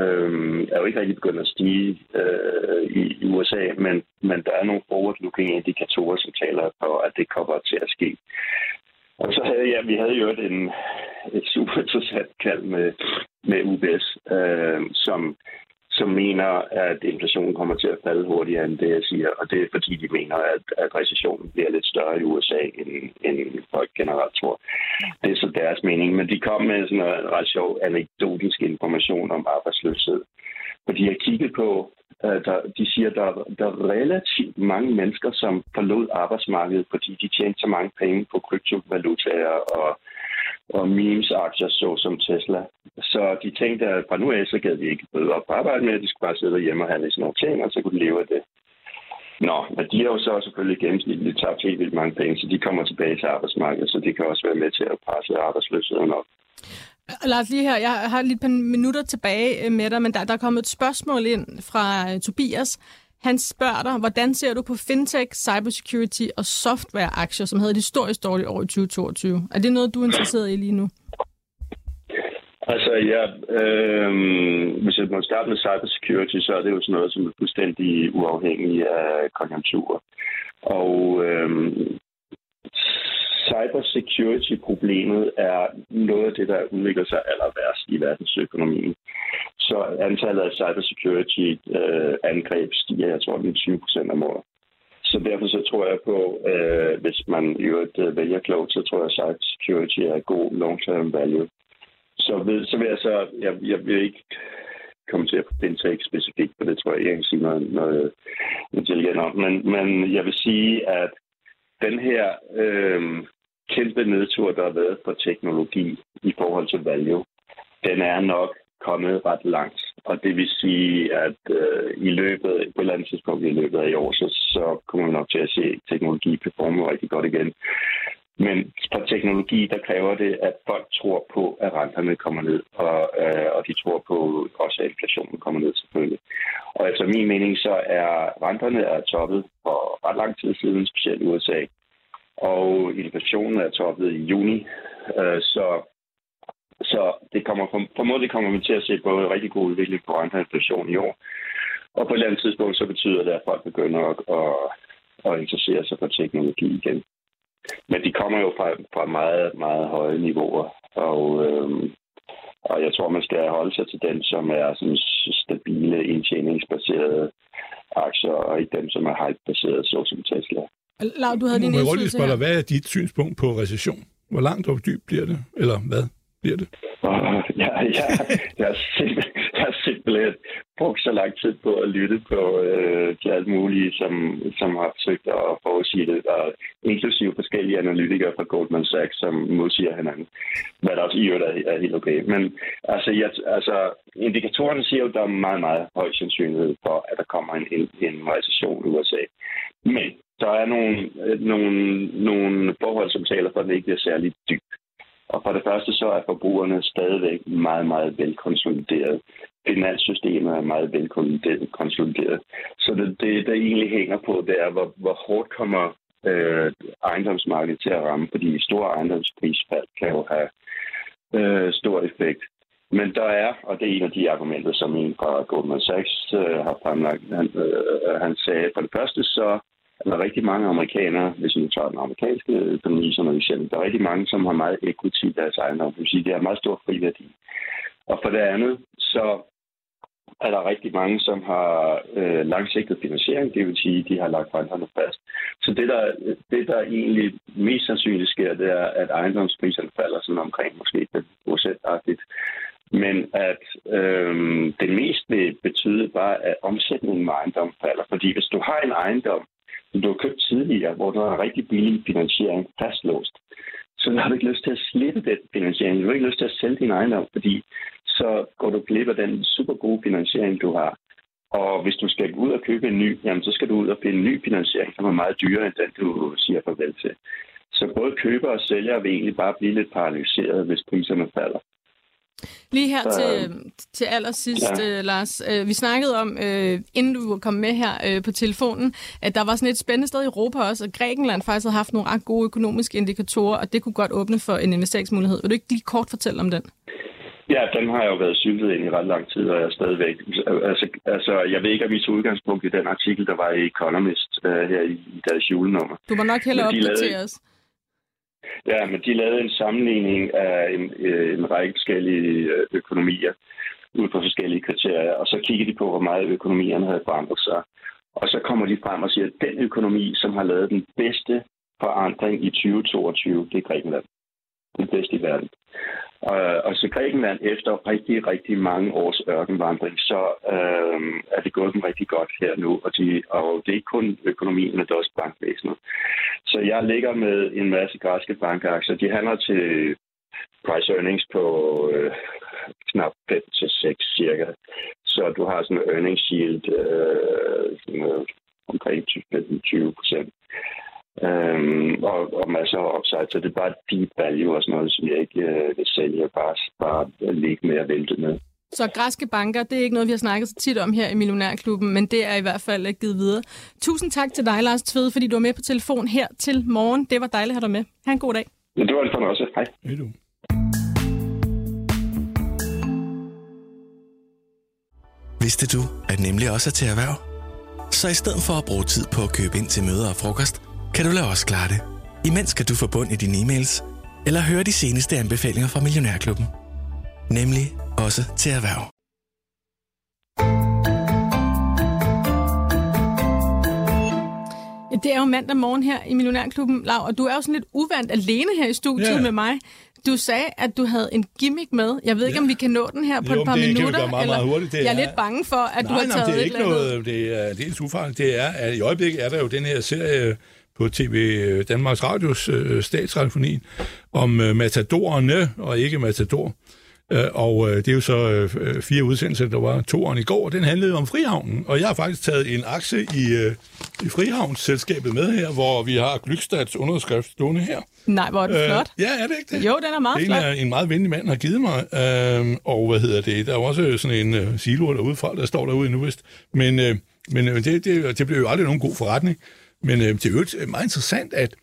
øh, er jo ikke rigtig begyndt at stige øh, i, i U S A, men, men der er nogle forward-looking indikatorer, som taler for, at det kommer til at ske. Og så havde jeg, vi havde jo et, en, et super interessant kald med, med U B S, øh, som, som mener, at inflationen kommer til at falde hurtigere end det, jeg siger. Og det er fordi, de mener, at, at recessionen bliver lidt større i U S A, end, end folk generelt tror. Det er så deres mening. Men de kom med sådan en ret sjov anekdotisk information om arbejdsløshed. For de har kigget på, der, de siger, at der, der er relativt mange mennesker, som forlod arbejdsmarkedet, fordi de tjente så mange penge på kryptovalutaer og, og memes-aktier, så som Tesla. Så de tænkte, at fra nu af, så gad de ikke bøde op på arbejde med, de skulle bare sidde hjemme og have lidt sådan nogle ting, og så kunne de leve af det. Nå, men de har jo så selvfølgelig gennemsnitligt tabt helt vildt mange penge, så de kommer tilbage til arbejdsmarkedet, så det kan også være med til at presse arbejdsløsheden op. Lars, lige her, jeg har lige et par minutter tilbage med dig, men der, der er kommet et spørgsmål ind fra uh, Tobias. Han spørger dig, hvordan ser du på fintech, cybersecurity og softwareaktier, som havde et historisk dårligt år i tyve toogtyve? Er det noget, du er interesseret i lige nu? Altså, ja, øh, hvis jeg må starte med cybersecurity, så er det jo sådan noget, som er fuldstændig uafhængig af konjunkturer. Og øh, cybersecurity-problemet er noget af det, der udvikler sig aller værst i verdensøkonomien. Så antallet af cybersecurity-angreb stiger, jeg tror, med tyve procent om året. Så derfor så tror jeg på, øh, hvis man i øvrigt øh, vælger klogt, så tror jeg, at security er god long-term value. Så, ved, så vil jeg så, jeg, jeg vil ikke komme til at fintech specifikt, for det tror jeg ikke, jeg kan sige noget, noget intelligent om. Men, men jeg vil sige, at den her øh, kæmpe nedtur, der har været for teknologi i forhold til value, den er nok kommet ret langt. Og det vil sige, at øh, i løbet, på et eller andet tidspunkt i løbet af i år, så, så kommer vi nok til at se teknologi performe rigtig godt igen. Men for teknologi, der kræver det, at folk tror på, at renterne kommer ned, og, øh, og de tror på også, at inflationen kommer ned selvfølgelig. Og efter min mening, så er renterne er toppet for ret lang tid siden, specielt i U S A. Og inflationen er toppet i juni, øh, så Så det kommer, formodentlig kommer vi til at se både rigtig god udvikling på rente og inflation i år. Og på et eller andet tidspunkt, så betyder det, at folk begynder at, at, at interessere sig for teknologi igen. Men de kommer jo fra, fra meget, meget høje niveauer. Og, øhm, og jeg tror, man skal holde sig til dem, som er sådan stabile, indtjeningsbaserede aktier, og ikke dem, som er hype-baserede, såsom Tesla. Lav, du havde din indflydelse her. Hvad er dit synspunkt på recession? Hvor langt og dybt bliver det? Eller hvad? Bliver det? Oh, ja, ja. Jeg, har simpelthen, jeg har simpelthen brugt så lang tid på at lytte på øh, de alt mulige, som, som har forsøgt at forudsige det, og inklusive forskellige analytikere fra Goldman Sachs, som modsiger hinanden, hvad der også i øvrigt er, er helt okay. Men altså, jeg, altså, indikatorerne siger jo, at der er meget, meget høj sandsynlighed for, at der kommer en, en, en recession i U S A. Men der er nogle, nogle, nogle forhold, som taler for, at det ikke bliver særligt dybt. Og for det første så er forbrugerne stadigvæk meget, meget velkonsolideret. Finanssystemet er meget velkonsolideret. Så det, det, der egentlig hænger på, det er, hvor, hvor hårdt kommer øh, ejendomsmarkedet til at ramme, fordi store ejendomsprisfald kan jo have øh, stor effekt. Men der er, og det er en af de argumenter, som en fra Goldman Sachs øh, har fremlagt, han, øh, han sagde, for det første så der er rigtig mange amerikanere, hvis vi tager den amerikanske økonomi som et eksempel, der er rigtig mange, som har meget equity i deres ejendom. Det vil sige, det er meget stor friværdi. Og for det andet, så er der rigtig mange, som har øh, langsigtet finansiering. Det vil sige, de har lagt renterne fast. Så det der, det, der egentlig mest sandsynligt sker, det er, at ejendomspriserne falder sådan omkring måske fem procent-agtigt. Men at øh, det mest vil betyde bare, at omsætningen med ejendom falder. Fordi hvis du har en ejendom, som du har købt tidligere, hvor du har rigtig billig finansiering fastlåst, så har du ikke lyst til at slippe den finansiering. Du har ikke lyst til at sælge din ejendom, fordi så går du glip af den super gode finansiering, du har. Og hvis du skal gå ud og købe en ny, jamen så skal du ud og finde en ny finansiering, som er meget dyrere end den, du siger farvel til. Så både køber og sælger vil egentlig bare blive lidt paralyseret, hvis priserne falder. Lige her så, til, til allersidst, ja. uh, Lars. Uh, vi snakkede om, uh, inden du kom med her uh, på telefonen, at der var sådan et spændende sted i Europa også, at Grækenland faktisk havde haft nogle ret gode økonomiske indikatorer, og det kunne godt åbne for en investeringsmulighed. Vil du ikke lige kort fortælle om den? Ja, den har jeg jo været syltet ind i ret lang tid, og jeg er stadigvæk. Altså, altså, jeg ved ikke, om vi tog udgangspunkt i den artikel, der var i Economist uh, her i, i deres julenummer. Du må nok hellere opdatere os. Ja, men de lavede en sammenligning af en, en række forskellige økonomier ud fra forskellige kriterier, og så kiggede de på, hvor meget økonomierne havde forandret sig. Og så kommer de frem og siger, at den økonomi, som har lavet den bedste forandring i tyve toogtyve, det er Grækenland. Den bedste i verden. Og, og så Grækenland, efter rigtig, rigtig mange års ørkenvandring, så øh, er det gået dem rigtig godt her nu. Og, de, og det er ikke kun økonomien, men det er også bankvæsenet. Så jeg ligger med en masse græske bankaktier. De handler til price earnings på øh, knap fem til seks cirka. Så du har sådan en earnings yield øh, sådan, øh, omkring tyve procent. Øhm, og, og masser af upside, så det er bare deep value og sådan noget, som jeg ikke øh, vil sælge, bare, bare ligge med at vælte med. Så græske banker, det er ikke noget, vi har snakket så tit om her i Millionærklubben, men det er i hvert fald givet videre. Tusind tak til dig, Lars Tvede, fordi du var med på telefon her til morgen. Det var dejligt at have dig med. Ha' en god dag. Ja, det var en fornøjelse. Hej. Hej du. Vidste du, at Nemlig også er til erhverv? Så i stedet for at bruge tid på at købe ind til møder og frokost, kan du lade os klare det. Imens kan du få bund i dine e-mails, eller høre de seneste anbefalinger fra Millionærklubben. Nemlig også til erhverv. Det er jo mandag morgen her i Millionærklubben, Lau, og du er jo sådan lidt uvant alene her i studiet ja. med mig. Du sagde, at du havde en gimmick med. Jeg ved ikke, ja. om vi kan nå den her på jo, et par det minutter. Kan vi meget, meget hurtigt. Det jeg er, er lidt bange for, at nej, du har nej, taget det er et ikke eller andet. noget, det er, det er helt ufarligt. Det er, at i øjeblikket er der jo den her serie på T V Danmarks Radios øh, statsradiofonien om øh, matadorerne og ikke matador. Øh, og øh, det er jo så øh, fire udsendelser, der var toeren i går, og den handlede om Frihavnen. Og jeg har faktisk taget en aktie i, øh, i Frihavnsselskabet med her, hvor vi har Glykstads underskrift stående her. Nej, hvor er det flot. Øh, ja, er det ikke det? Jo, den er meget det flot. Det er en, en meget venlig mand, har givet mig. Øh, og hvad hedder det? Der er også sådan en øh, silo derude fra, der står derude nu vist. Men, øh, men øh, det, det, det blev jo aldrig nogen god forretning. Men øh, det er jo meget interessant, at,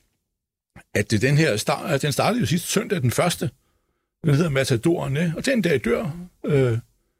at den her start, den startede jo sidste søndag, den første. Den hedder Matadorerne, og den dag dør øh,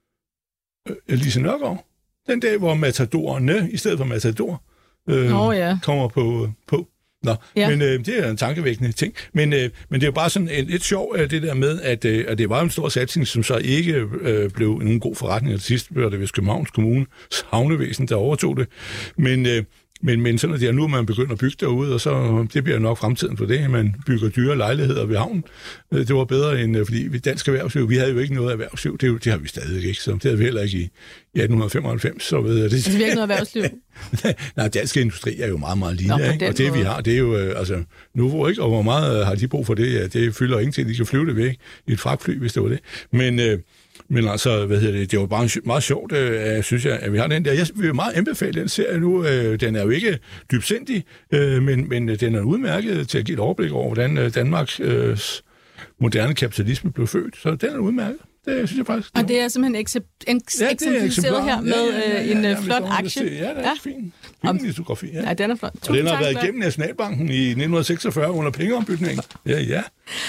øh, Lise Nørgaard. Den dag, hvor Matadorerne, i stedet for Matador, øh, oh, ja. kommer på. på. Nå, ja. men øh, det er en tankevækkende ting. Men, øh, men det er jo bare sådan et, et sjov, det der med, at, øh, at det var en stor satsning, som så ikke øh, blev nogen god forretning. Til sidst blev det ved Københavns Kommune havnevæsen, der overtog det. Men... Øh, Men, men sådan er det, og nu er man begyndt at bygge derude, og så det bliver nok fremtiden for det, man bygger dyre lejligheder ved havnen. Det var bedre end, fordi vi dansk erhvervsliv, vi havde jo ikke noget erhvervsliv, det, det har vi stadig ikke, så det havde vi heller ikke i, i atten femoghalvfems. Så ved jeg det. Altså vi har ikke noget erhvervsliv? Nej, dansk industri er jo meget, meget lille, Nå, ikke? Og det måde. Vi har, det er jo, altså, Novo, ikke? Og hvor meget har de brug for det? Ja, det fylder ingenting, de kan flyve det væk i et fragtfly, hvis det var det. Men... Øh, Men altså, hvad hedder det, det var bare meget sjovt, øh, synes jeg, at vi har den der. Jeg vil meget anbefale den serie nu. Øh, den er jo ikke dybsindig, øh, men, men den er udmærket til at give et overblik over, hvordan øh, Danmarks øh, moderne kapitalisme blev født. Så den er udmærket. Det synes jeg faktisk. Og det er simpelthen eksemplificeret her med ja, ja, ja, ja, en ja, flot aktie. Ja, det er ja. fint. Fin litografi. Ja. ja, den er flot. Og den har været igennem Nationalbanken i nitten seksogfyrre under pengeombytningen. Ja, ja.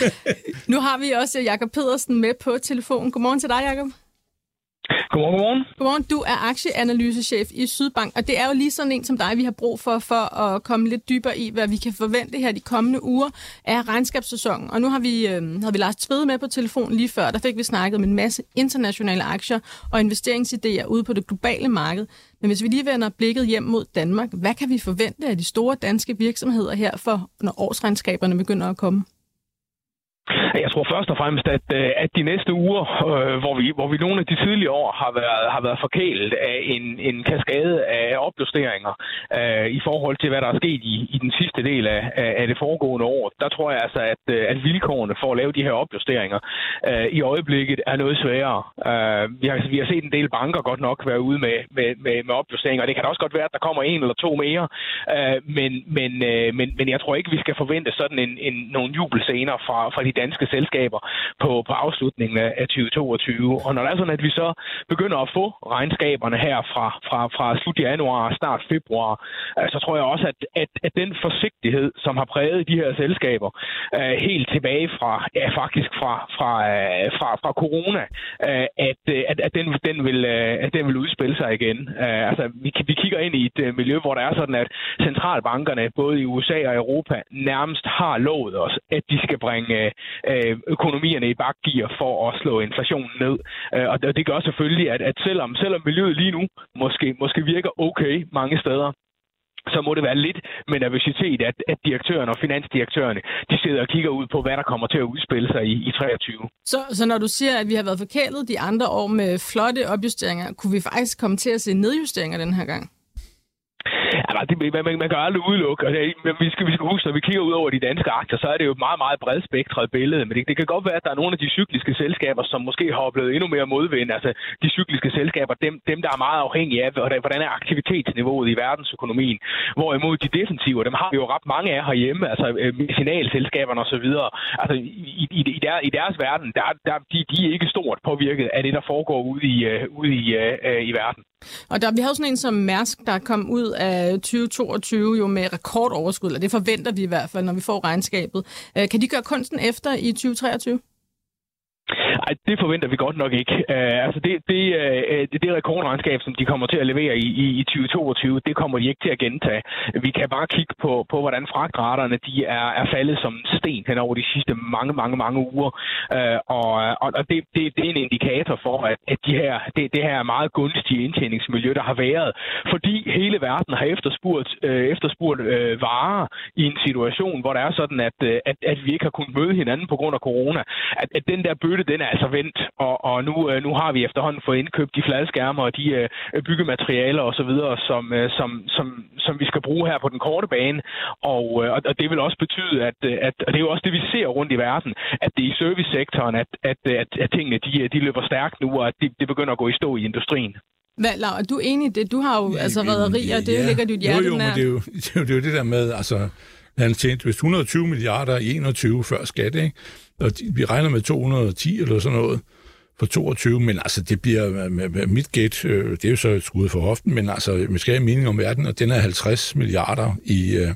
Nu har vi også Jakob Pedersen med på telefonen. Godmorgen til dig, Jakob. Godmorgen, godmorgen. Godmorgen. Du er aktieanalysechef i Sydbank, og det er jo lige sådan en som dig, vi har brug for, for at komme lidt dybere i, hvad vi kan forvente her de kommende uger af regnskabssæsonen. Og nu har vi, øh, havde vi Lars Tvede med på telefonen lige før, der fik vi snakket om en masse internationale aktier og investeringsidéer ude på det globale marked. Men hvis vi lige vender blikket hjem mod Danmark, hvad kan vi forvente af de store danske virksomheder her, for når årsregnskaberne begynder at komme? Jeg tror først og fremmest, at, at de næste uger, øh, hvor, vi, hvor vi nogle af de tidligere år har været, har været forkælet af en, en kaskade af opjusteringer øh, i forhold til, hvad der er sket i, i den sidste del af, af det foregående år, der tror jeg altså, at, at vilkårene for at lave de her opjusteringer øh, i øjeblikket er noget sværere. Øh, vi, har, vi har set en del banker godt nok være ude med, med, med, med opjusteringer, og det kan da også godt være, at der kommer en eller to mere, øh, men, men, øh, men, men jeg tror ikke, vi skal forvente sådan en, en, nogle jubelscener fra, fra de danske selskaber på, på afslutningen af tyve toogtyve. Og når det er sådan, at vi så begynder at få regnskaberne her fra, fra, fra slut januar og start februar, så tror jeg også, at, at, at den forsigtighed, som har præget de her selskaber uh, helt tilbage fra, ja faktisk fra, fra, uh, fra, fra corona, uh, at, at, at, den, den vil, uh, at den vil udspille sig igen. Uh, altså, vi, vi kigger ind i et uh, miljø, hvor der er sådan, at centralbankerne, både i U S A og Europa, nærmest har lovet os, at de skal bringe uh, økonomierne i bakgear for at slå inflationen ned. Og det gør selvfølgelig, at, at selvom, selvom miljøet lige nu måske, måske virker okay mange steder, så må det være lidt med nervøsitet, at, at direktørerne og finansdirektørerne, de sidder og kigger ud på, hvad der kommer til at udspille sig i, i treogtyve. Så, så når du siger, at vi har været forkælet de andre år med flotte opjusteringer, kunne vi faktisk komme til at se nedjusteringer den her gang? Ja, det, man, man kan aldrig udelukke. Altså, vi, skal, vi skal huske, når vi kigger ud over de danske aktier, så er det jo et meget, meget bredspektret billede. Men det, det kan godt være, at der er nogle af de cykliske selskaber, som måske har oplevet endnu mere modvind. Altså de cykliske selskaber, dem, dem der er meget afhængige af, hvordan er aktivitetsniveauet i verdensøkonomien. Hvorimod de defensive, dem har vi jo ret mange af herhjemme, altså medicinalselskaberne osv. Altså i, i, i, der, i deres verden, der, der, de, de er ikke stort påvirket af det, der foregår ude i, uh, ude i, uh, i verden. Og der, vi har jo sådan en som Mærsk, der kom ud af tyve toogtyve jo med rekordoverskud, eller det forventer vi i hvert fald, når vi får regnskabet. Kan de gøre kunsten efter i tyve treogtyve? Ej, det forventer vi godt nok ikke. Uh, altså det, det, uh, det, det rekordregnskab, som de kommer til at levere i, i, i tyve toogtyve, det kommer de ikke til at gentage. Vi kan bare kigge på, på hvordan fragtraterne de er, er faldet som en sten hen over de sidste mange, mange, mange uger. Uh, og og det, det, det er en indikator for, at, at de her, det, det her meget gunstige indtjeningsmiljø, der har været, fordi hele verden har efterspurgt, uh, efterspurgt uh, varer i en situation, hvor det er sådan, at, uh, at, at vi ikke har kunnet møde hinanden på grund af corona. At, at den der bøtte, den er altså vendt, og, og nu, nu har vi efterhånden fået indkøbt de fladskærmer og de øh, byggematerialer osv., som, øh, som, som, som vi skal bruge her på den korte bane, og, øh, og det vil også betyde, at, at og det er jo også det, vi ser rundt i verden, at det er i servicesektoren, at, at, at, at tingene de, de løber stærkt nu, og at det de begynder at gå i stå i industrien. Hvad, Laura, er du enig i det? Du har jo ja, altså rederier, det ja. ligger dit hjerte jo, jo, men det er jo, det, er jo, det er jo det der med, altså, han tjente vist et hundrede og tyve milliarder i enogtyve før skat, ikke? Og de, vi regner med to hundrede og ti eller sådan noget for toogtyve, men altså det bliver med, med mit gæt, øh, det er jo så et skud for hoften, men altså vi skal have mening om verden, og den er halvtreds milliarder i øh,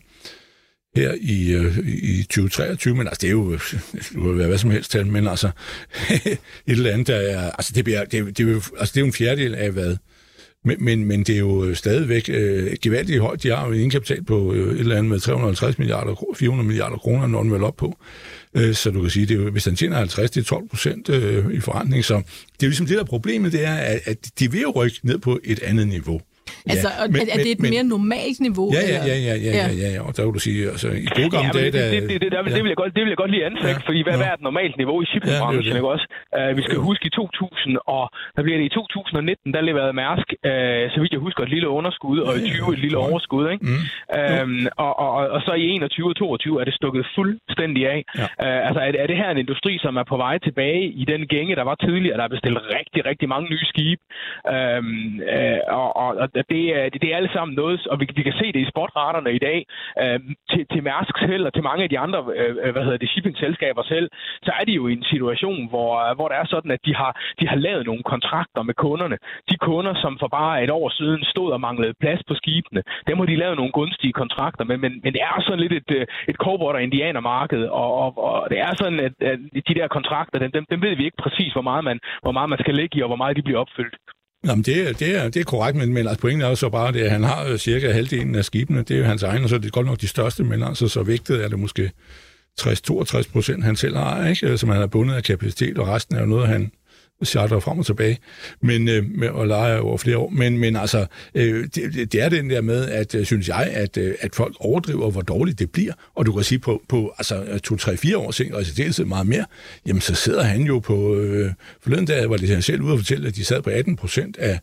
her i, øh, i tyve treogtyve, men altså det er jo, det kan være hvad som helst tal, men altså et eller andet, der er, altså det bliver, det, det er jo, altså det er jo en fjerdedel af hvad. Men, men, men det er jo stadigvæk øh, gevaldigt højt. De har jo en indkapital på øh, et eller andet med tre hundrede og halvtreds milliarder, fire hundrede milliarder kroner, når den vel op på. Øh, så du kan sige, det er jo, hvis den tjener halvtreds, det er tolv procent øh, i forretning. Så det er jo ligesom det der problemet, det er, at, at de vil jo rykke ned på et andet niveau. Altså, ja, men, er det et men, mere normalt niveau? Ja, ja, ja, ja, ja, ja, ja, ja, og der vil du sige, altså, i gode gamle ja, dage, der... Det, det, det, det, det, vil jeg godt, det vil jeg godt lige anfægte, ja, fordi hvad, ja. hvad er et normalt niveau i shippingbranchen, ja, ikke også? Uh, vi skal ja. huske i to tusind, og der bliver det i to tusind og nitten, der leverede Mærsk, uh, så vidt jeg husker, et lille underskud, og i tyve et lille overskud, ikke? Mm. Uh, og, og, og så i enogtyve og toogtyve er det stukket fuldstændig af. Ja. Uh, altså, er, er det her en industri, som er på vej tilbage i den gænge, der var tidligere, der er bestilt rigtig, rigtig mange nye skibe, uh, uh, og, og, og det, det, det er alle sammen noget, og vi, vi kan se det i spotraterne i dag, øh, til, til Mærsk selv og til mange af de andre øh, hvad hedder det, shipping-selskaber selv, så er de jo i en situation, hvor, hvor det er sådan, at de har, de har lavet nogle kontrakter med kunderne. De kunder, som for bare et år siden stod og manglede plads på skibene, dem har de lavet nogle gunstige kontrakter med, men, men det er sådan lidt et, et cowboy- og indianermarked, og, og, og det er sådan, at, at de der kontrakter, dem, dem, dem ved vi ikke præcis, hvor meget, man, hvor meget man skal lægge i, og hvor meget de bliver opfyldt. Jamen, det er, det, er, det er korrekt, men, men altså, pointen er jo så bare, at han har cirka halvdelen af skibene, det er jo hans egen, og så er det godt nok de største, men altså så vægtet er det måske tres til toogtres procent, han selv har, ikke? Som han har bundet af kapacitet, og resten er jo noget, han charter frem og tilbage, men, øh, og leger over flere år. Men, men altså, øh, det, det er den der med, at øh, synes jeg, at, øh, at folk overdriver, hvor dårligt det bliver. Og du kan sige, på, på altså, to, tre, fire år siden, og i særdeleshed meget mere, jamen så sidder han jo på, øh, forleden dag var det han selv ude at fortælle, at de sad på atten procent af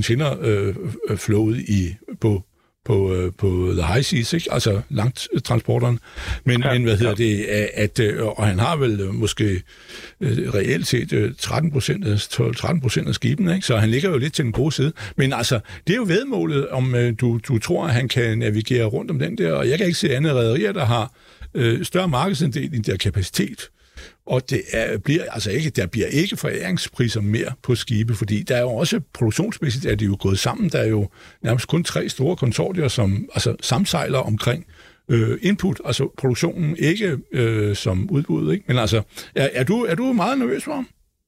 containerflowet øh, i på på, øh, på the high seas, ikke? Altså langt transporteren. Men, ja, men hvad hedder ja. det, at, at, og han har vel måske øh, reelt set tretten procent af, tolv tretten procent af skibene, ikke? Så han ligger jo lidt til den gode side. Men altså, det er jo vedmålet, om øh, du, du tror, at han kan navigere rundt om den der, og jeg kan ikke se andre rederier, der har øh, større markedsandel i der kapacitet. Og det er, bliver altså ikke, der bliver ikke foræringspriser mere på skibe, fordi der er jo også produktionsmæssigt, er det jo gået sammen. Der er jo nærmest kun tre store konsortier, som altså, samsejler omkring øh, input, altså produktionen, ikke øh, som udbud. Ikke? Men altså, er, er, du, er du meget nervøs for ham?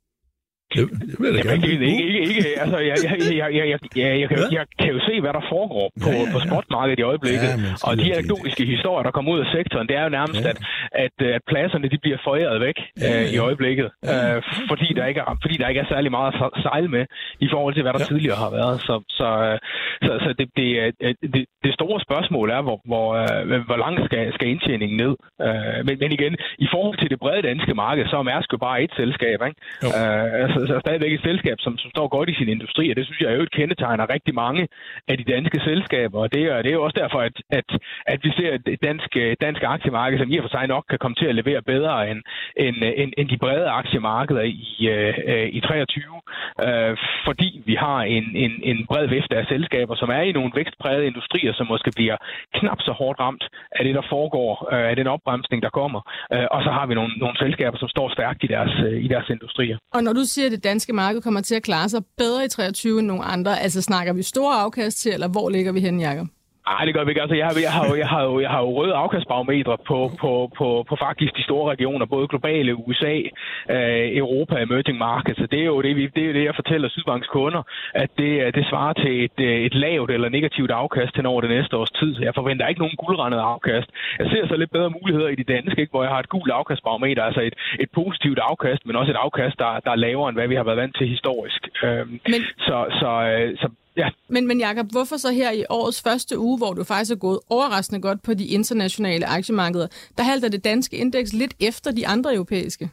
Jeg, jeg, jeg, Jamen, ikke, ikke, ikke, ikke. Altså, jeg, jeg, jeg, jeg, jeg, jeg, jeg, kan, jeg kan jo se, hvad der foregår på, ja, ja, ja. på spotmarkedet i øjeblikket. Ja, og de anekdotiske historier, der kommer ud af sektoren, det er jo nærmest, ja. at, at, at pladserne de bliver foræret væk ja, ja. Øh, i øjeblikket. Ja, ja. Øh, fordi, der ikke er, fordi der ikke er særlig meget at sejle med i forhold til, hvad der ja. tidligere har været. Så, så, så, så det, det, det, det store spørgsmål er, hvor, hvor, hvor langt skal, skal indtjeningen ned. Øh, men, men igen, i forhold til det brede danske marked, så er Mærsk jo bare et selskab, ikke? Øh, altså, så er stadigvæk et selskab, som, som står godt i sin industri, og det synes jeg er jo et kendetegner rigtig mange af de danske selskaber, og det er, det er jo også derfor, at, at, at vi ser et dansk, dansk aktiemarked, som i og for sig nok kan komme til at levere bedre end, end, end, end de brede aktiemarkeder i, øh, i treogtyve, øh, fordi vi har en, en, en bred vifte af selskaber, som er i nogle vækstprægede industrier, som måske bliver knap så hårdt ramt af det, der foregår, øh, af den opbremsning, der kommer, øh, og så har vi nogle, nogle selskaber, som står stærkt i deres, øh, i deres industrier. Og når du siger, at det danske marked kommer til at klare sig bedre i treogtyve end nogle andre, altså snakker vi store afkast til, eller hvor ligger vi henne, Jacob? Nej, det gør vi ikke. Altså, jeg har, jeg har, jo, jeg har, jo, jeg har jo røde afkastbarometre på, på, på, på faktisk de store regioner, både globale, U S A, øh, Europa, emerging markets. Så det er jo det, vi, det, er det jeg fortæller Sydbanks kunder, at det, det svarer til et, et lavt eller negativt afkast hen over det næste års tid. Så jeg forventer ikke nogen guldrandet afkast. Jeg ser så lidt bedre muligheder i de danske, ikke, hvor jeg har et gult afkastbarometer, altså et, et positivt afkast, men også et afkast, der, der er lavere, end hvad vi har været vant til historisk. Øh, men... Så, så, så ja. Men, men Jakob, hvorfor så her i årets første uge, hvor du faktisk er gået overraskende godt på de internationale aktiemarkeder, der halter det danske indeks lidt efter de andre europæiske?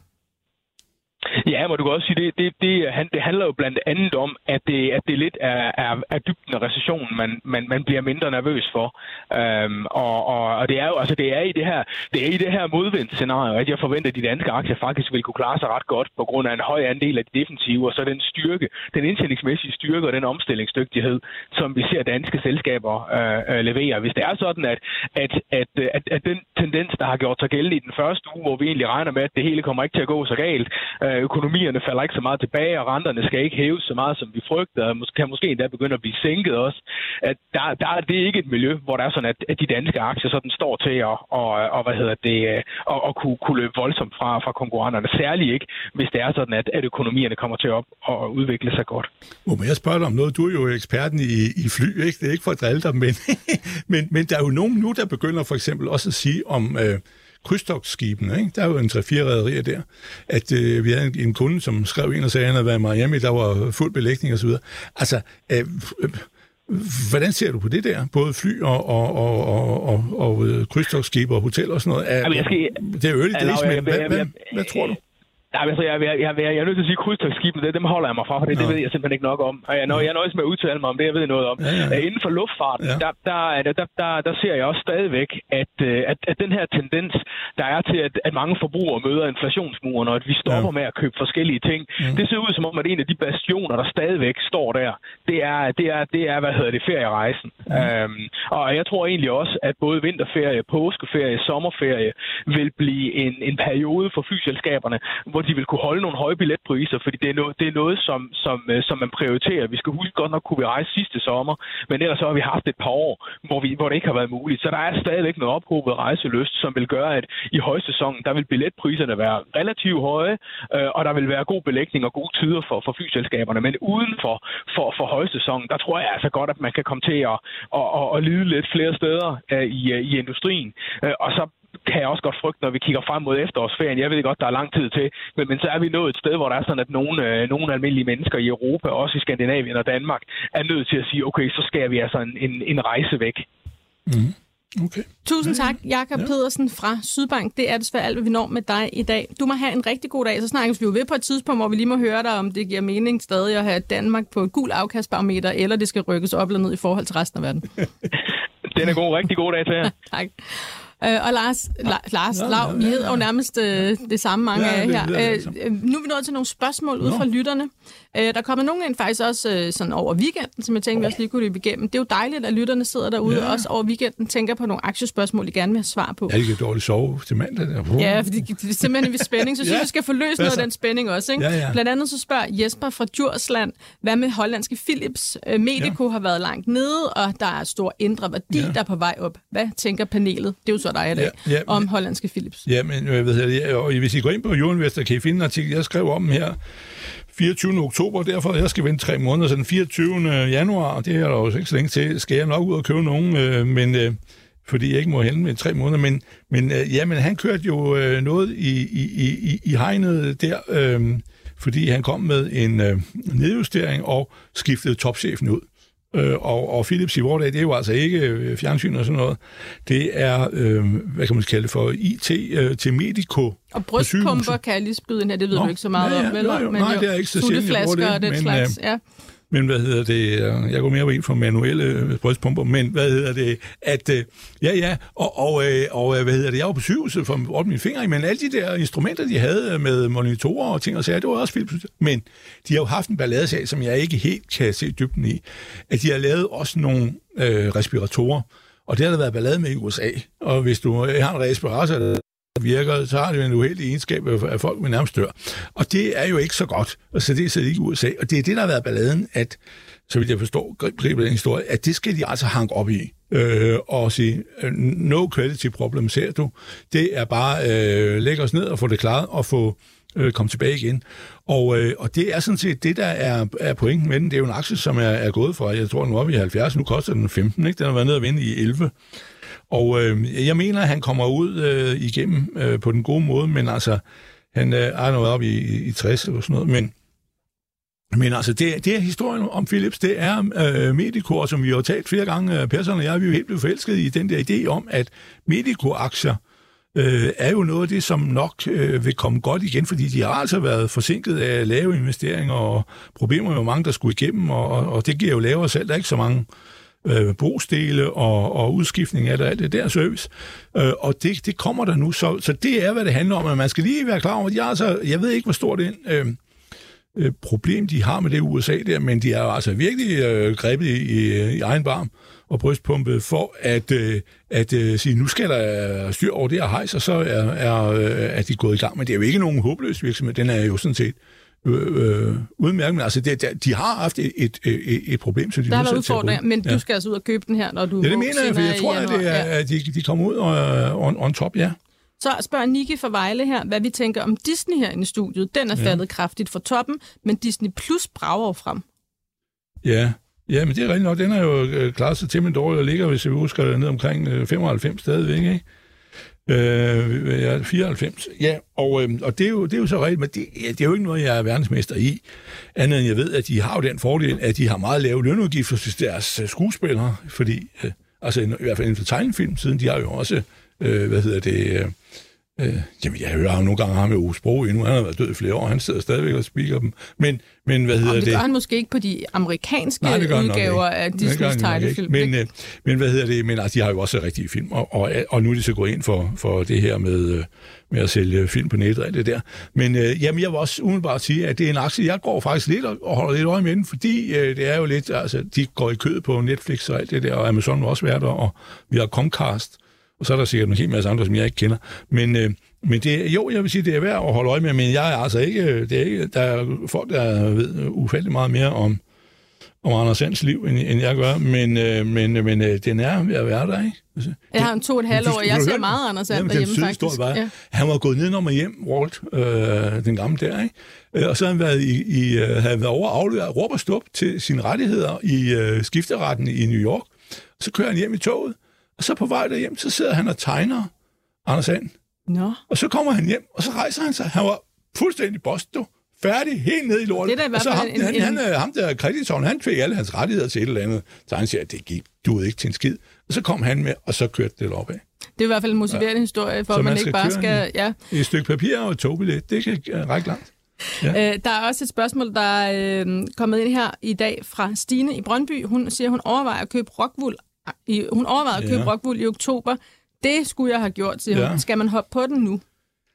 Ja, men du kan også sige, det, det, det, det handler jo blandt andet om, at det, at det lidt er, er, er dybden af recessionen, man, man, man bliver mindre nervøs for. Øhm, og, og, og det er jo altså det er i det her, det er i det her modvindsscenario, at jeg forventer, at de danske aktier faktisk vil kunne klare sig ret godt på grund af en høj andel af de defensive, og så den styrke, den indtjeningsmæssige styrke og den omstillingsdygtighed, som vi ser danske selskaber øh, øh, levere. Hvis det er sådan, at, at, at, at, at den tendens, der har gjort sig gældende i den første uge, hvor vi egentlig regner med, at det hele kommer ikke til at gå så galt, øh, økonomierne falder ikke så meget tilbage, og renterne skal ikke hæves så meget, som vi frygter, og kan måske endda begynde at blive sænket også. At der, der er det ikke et miljø, hvor der er sådan, at, at de danske aktier sådan står til at, og, og, hvad hedder det, at, at kunne, kunne løbe voldsomt fra, fra konkurrenterne. Særligt ikke, hvis det er sådan, at, at økonomierne kommer til at, at udvikle sig godt. Må jeg spørge dig om noget? Du er jo eksperten i, i fly, ikke? Det er ikke for at drille dig, men, men, men der er jo nogen nu, der begynder for eksempel også at sige om øh, krydstogtskibene, ikke? Der er jo en tre-fire rederier der, at øh, vi havde en, en kunde, som skrev ind og sagde, at han havde været i Miami, der var fuld belægning og så videre. Altså, øh, øh, hvordan ser du på det der? Både fly og, og, og, og, og, og krydstogtskibe og hotel og sådan noget. Er, Jamen, jeg skal... Det er early days, men hvad, hvad, hvad tror du? Ja, altså, jeg, jeg, jeg, jeg er nødt til at sige, at krydstogtskibene, det, dem holder jeg mig fra, for det, det ved jeg simpelthen ikke nok om. Og jeg, når jeg nøjes med at udtale mig om det, jeg ved noget om. Ja, ja. Inden for luftfarten, ja. der, der, der, der, der ser jeg også stadigvæk, at, at, at den her tendens, der er til, at, at mange forbrugere møder inflationsmuren, og at vi stopper ja. med at købe forskellige ting, ja. det ser ud som om, at en af de bastioner, der stadigvæk står der, det er, det er, det er hvad hedder det, ferierejsen. Ja. Øhm, og jeg tror egentlig også, at både vinterferie, påskeferie, sommerferie vil blive en, en periode for flyselskaberne, hvor de vil kunne holde nogle høje billetpriser, fordi det er noget, det er noget som, som, som man prioriterer. Vi skal huske, godt nok kunne vi rejse sidste sommer, men ellers så har vi haft et par år, hvor, vi, hvor det ikke har været muligt. Så der er stadigvæk noget ophobet rejselyst, som vil gøre, at i højsæsonen, der vil billetpriserne være relativt høje, øh, og der vil være god belægning og gode tider for, for flyselskaberne. Men uden for, for, for højsæsonen, der tror jeg altså godt, at man kan komme til at, at, at, at lide lidt flere steder øh, i, i industrien. Øh, og så kan jeg også godt frygte, når vi kigger frem mod efterårsferien. Jeg ved godt, der er lang tid til, men, men så er vi nået et sted, hvor der er sådan, at nogle, øh, nogle almindelige mennesker i Europa, også i Skandinavien og Danmark, er nødt til at sige, okay, så skal vi altså en, en, en rejse væk. Mm. Okay. Tusind tak, Jakob ja. Pedersen fra Sydbank. Det er desværre alt, hvad vi når med dig i dag. Du må have en rigtig god dag, så snakkes vi jo ved på et tidspunkt, hvor vi lige må høre dig, om det giver mening stadig at have Danmark på et gul afkastbarometer, eller det skal rykkes op eller ned i forhold til resten af verden. Den er god. Rigtig god dag til jer. Tak. Øh, og Lars, La- Lars ja, Lav, vi hedder jo nærmest øh, det samme mange ja, af her. Øh, nu er vi nået til nogle spørgsmål ud fra lytterne. Øh, der kommer nogen ind faktisk også øh, sådan over weekenden, som jeg tænker, vi også lige kunne løbe igennem. Det er jo dejligt, at lytterne sidder derude ja. også over weekenden, tænker på nogle aktiespørgsmål, de gerne vil have svar på. Ja, de kan dårligt sove til mandag. Der. Ja, fordi det er simpelthen en spænding, så synes ja. vi skal få løst noget af den spænding også. Ikke? Ja, ja. Blandt andet så spørger Jesper fra Djursland, hvad med hollandske Philips? Øh, Medico ja. har været langt nede, og der er stor indre værdi, ja. der er på vej op. Hvad tænker panelet? Det er jo så dig i dag. Ja. Ja. Om hollandske Philips. Ja, men jeg ved det, og hvis I går ind på Euroinvestor, kan I finde en artikel, jeg skrev om her fireogtyvende oktober, derfor jeg skal vente tre måneder, så den fireogtyvende januar, det er der jo ikke så længe til, skal jeg nok ud og købe nogen, øh, men øh, fordi jeg ikke må hælde med tre måneder, men, men øh, ja, men han kørte jo øh, noget i, i, i, i hegnet der, øh, fordi han kom med en øh, nedjustering og skiftede topchefen ud. Øh, og, og Philips i vores dag, det er jo altså ikke øh, fjernsyn og sådan noget. Det er, øh, hvad kan man kalde det for, I T øh, til Medico. Og brystpumper kan jeg lige spyde ind her, det ved Nå, du ikke så meget ja, ja, om, vel? Jo, jo, nej, det er ikke så sutteflasker og den slags, ja. Men hvad hedder det, jeg går mere ind for manuelle brystpumper, men hvad hedder det, at, ja, ja, og, og, og hvad hedder det, jeg var på sygehuset for op mine fingre, men alle de der instrumenter, de havde med monitorer og ting og sager, det var også Philips. Men de har jo haft en balladesag, som jeg ikke helt kan se dybden i, at de har lavet også nogle øh, respiratorer, og det har der været ballade med i U S A, og hvis du har en respirator, der virker, så har det jo en uheldig egenskab, at folk vil nærmest dør. Og det er jo ikke så godt, og så det er så ikke i U S A. Og det er det, der har været balladen, at, så vidt jeg forstår, griber den historie, at det skal de altså hanke op i. øh, og sige, no quality problem, ser du. Det er bare, øh, lægge os ned og få det klaret, og få øh, komme tilbage igen. Og, øh, og det er sådan set det, der er, er pointen med den. Det er jo en aktie, som er, er gået fra, jeg tror, den var oppe i halvfjerds, nu koster den femten, ikke? Den har været nede og vinde i elleve. Og øh, jeg mener, at han kommer ud øh, igennem øh, på den gode måde, men altså, han øh, er noget oppe i, i tres eller sådan noget, men Men altså, det, det er historien om Philips, det er øh, Medico, som vi har talt flere gange, Persson og jeg, vi er jo helt blevet forelsket i den der idé om, at Medico-aktier øh, er jo noget af det, som nok øh, vil komme godt igen, fordi de har altså været forsinket af lave investeringer og problemer med mange, der skulle igennem, og, og det giver jo lavere salg, der er ikke så mange øh, brugsdele og, og udskiftning af det, alt det der service, øh, og det, det kommer der nu, så, så det er, hvad det handler om, at man skal lige være klar over, at jeg, altså, jeg ved ikke, hvor stor den øh, problem, de har med det U S A der, men de er altså virkelig øh, grebet i, i, i egen barm og brystpumpet for at, øh, at øh, sige, nu skal der styr over det her hejs, og så er, er, øh, er de gået i gang. Men det er jo ikke nogen håbløs virksomhed, den er jo sådan set øh, øh, udmærket. Men altså, det, de har haft et, et, et, et problem, så de der er har været udfordringer, men ja. Du skal altså ud og købe den her, når du... Ja, det mener jeg, for jeg tror, at, det er, at de, de kommer ud og, on, on top, ja. Så spørger Niki fra Vejle her, hvad vi tænker om Disney her i studiet. Den er ja. faldet kraftigt fra toppen, men Disney Plus brager frem. Ja, ja, men det er rigtigt nok. Den er jo øh, klaret sig til med dårligt og ligger, hvis vi husker, ned omkring øh, femoghalvfems stadigvæk, ikke? Øh, ja, fireoghalvfems. Ja, og, øh, og det, er jo, det er jo så rigtigt, men det, ja, det er jo ikke noget, jeg er verdensmester i. Andet end jeg ved, at de har jo den fordel, at de har meget lave lønudgifter til deres øh, skuespillere, fordi, øh, altså i hvert fald inden for tegnefilm, siden de har jo også, øh, hvad hedder det... Øh, Øh, jamen, jeg hører ham nogle gange ham med Ove Sprogøe endnu. Han har været død i flere år. Han sidder stadigvæk og speaker dem. Men, men hvad hedder det? Det gør han måske ikke på de amerikanske Nej, udgaver af Disneys tegnefilm. Men, øh, men hvad hedder det? Men altså, de har jo også rigtige film. Og, og, og nu er de så gået ind for, for det her med, med at sælge film på nettet og det der. Men øh, jamen, jeg vil også umiddelbart sige, at det er en aktie, jeg går faktisk lidt og, og holder lidt øje med den, fordi øh, det er jo lidt, altså, de går i kød på Netflix og alt det der, og Amazon vil også være der, og vi har Comcast. Og så er der sikkert en hel masse andre, som jeg ikke kender. Men, øh, men det, jo, jeg vil sige, det er værd at holde øje med, men jeg er altså ikke... Det er ikke der er folk, der ved ufattelig meget mere om, om Anders Sands liv, end, end jeg gør. Men, øh, men, men øh, den er ved at være der, ikke? Altså, jeg har en to og et halvt år, og jeg ser meget Anders Sand derhjemme, faktisk. Var, ja. Han var gået ned om og hjem, Walt, øh, den gamle der, ikke? Og så havde han været, i, i, havde været over at aflevere råb og stop til sine rettigheder i øh, skifteretten i New York. Og så kører han hjem i toget. Og så på vej derhjem, så sidder han og tegner Anders Sand. Nå. Og så kommer han hjem, og så rejser han sig. Han var fuldstændig bosto, færdig, helt ned i lortet. Det er og så ham, en, han, en... han, han, ham der kreditoren, han fik alle hans rettigheder til et eller andet. Så han siger, at det gik du ikke til en skid. Og så kom han med, og så kørte det opad. Det er i hvert fald en motiverende ja. historie, for så at man, man ikke bare skal... Ja. Et stykke papir og et togbillet, det kan række langt. Ja. Øh, der er også et spørgsmål, der er øh, kommet ind her i dag fra Stine i Brøndby. Hun siger, hun overvejer at købe Rockwool. I, hun overvejede at købe ja. Rockwool i oktober. Det skulle jeg have gjort, siger ja. hun. Skal man hoppe på den nu?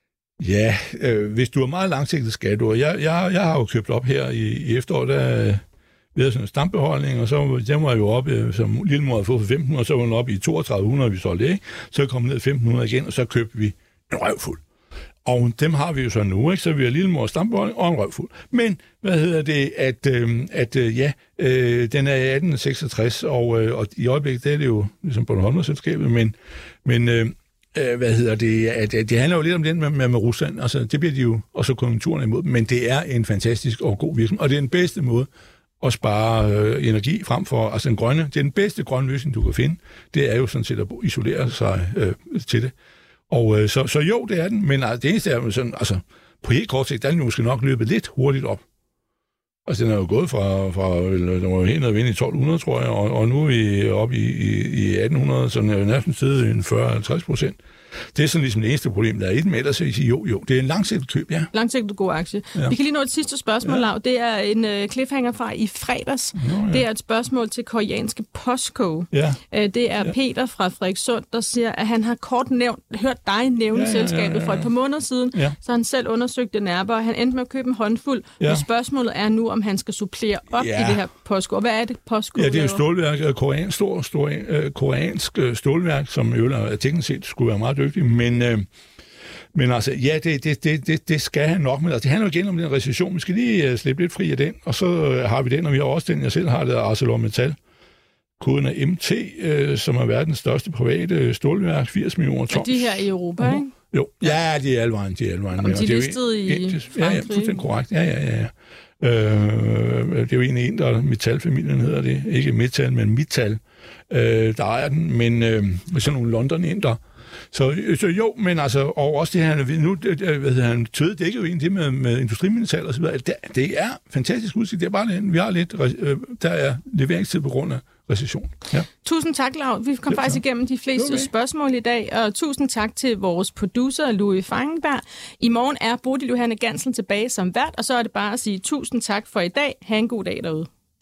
Ja, øh, hvis du er meget langsigtet, skal du. Jeg, jeg, jeg har jo købt op her i, i efteråret, der vi havde sådan en stambeholdning, og så den var jo oppe, som lille mor havde fået for femten hundrede, og så var den oppe i toogtredive hundrede, vi solgte det, ikke? Så kom den ned femten hundrede igen, og så købte vi en røvfuld. Og dem har vi jo så nu, ikke? Så vi har lille mor stambeholdning og en røvfuld. Men, hvad hedder det, at, øh, at øh, ja, øh, den er atten seksogtres, og, øh, og i øjeblikket, det er det jo ligesom på Bornholmer-selskabet, men, men øh, hvad hedder det, at, at det handler jo lidt om den med, med, med Rusland, altså det bliver de jo, og så konjunkturen imod, men det er en fantastisk og god virksomhed, og det er den bedste måde at spare øh, energi frem for, altså den grønne, det er den bedste grønne løsning, du kan finde, det er jo sådan set at isolere sig øh, til det. Og øh, så, så jo, det er den, men altså, det eneste er sådan, altså på helt kort sigt, der er den måske nok løbet lidt hurtigt op. Altså den er jo gået fra, fra den var jo helt ned i tolv hundrede, tror jeg, og, og nu er vi oppe i, i, i atten hundrede, så den er jo næsten stedet en fyrre til halvtreds procent. Det er sådan ligesom det eneste problem, der er i den, men ellers vil jeg sige, jo, jo, det er en langsigtet køb, ja. Langsigtet god aktie. Ja. Vi kan lige nå et sidste spørgsmål, ja. Lav. Det er en uh, cliffhanger fra i fredags. Nå, ja. Det er et spørgsmål til koreanske POSCO. Ja. Uh, det er ja. Peter fra Frederikssund, der siger, at han har kort nævnt, hørt dig nævne ja, ja, selskabet ja, ja. for et par måneder siden, ja. så han selv undersøgte det nærmere. Han endte med at købe en håndfuld, ja. og spørgsmålet er nu, om han skal supplere op ja. i det her POSCO. Hvad er det, POSCO Ja, det er et stålværk, koreansk, stor, stor, uh, koreansk stålværk, som jo teknisk set skulle være meget dygtig, men øh, Men altså, ja, det, det, det, det skal han nok med. Altså, det handler jo igen om den recession. Vi skal lige uh, slippe lidt fri af den, og så uh, har vi den, og vi har også den, jeg selv har, der ArcelorMittal. Koden er M T, øh, som er verdens største private stålværk, firs millioner tons. Og de her i Europa, ikke? Jo, ja, de er alle vejen, de er alle vejen. Om de er listet i Frankrig? Ja, ja, fuldstændig korrekt. Ja, ja, ja. Øh, det er jo egentlig en, der Metal-familien hedder det. Ikke Metal, men Mittal, øh, der ejer den. Men øh, sådan nogle London-inder. Så, så jo, men altså, og også det her, nu, hvad hedder han, Tøde dækker jo egentlig det med, med industriminetal og så videre. Det, det er fantastisk udsigt. Det er bare, vi har lidt, øh, der er leveringstid på grund af recession. Ja. Tusind tak, Lau. Vi kom ja, faktisk igennem de fleste okay. spørgsmål i dag, og tusind tak til vores producer, Louis Fangenberg. I morgen er Bodil Johanne Gansen tilbage som vært, og så er det bare at sige tusind tak for i dag. Ha' en god dag derude.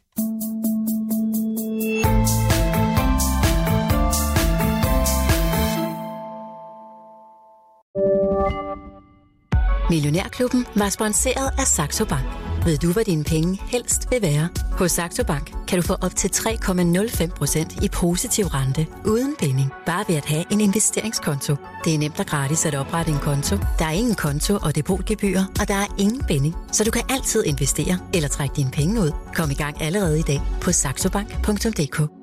Millionærklubben var sponsoreret af Saxo Bank. Ved du, hvad dine penge helst vil være? Hos Saxo Bank kan du få op til tre komma nul fem procent i positiv rente uden binding. Bare ved at have en investeringskonto. Det er nemt og gratis at oprette en konto. Der er ingen konto og depotgebyrer, og der er ingen binding. Så du kan altid investere eller trække dine penge ud. Kom i gang allerede i dag på saxobank punktum d k.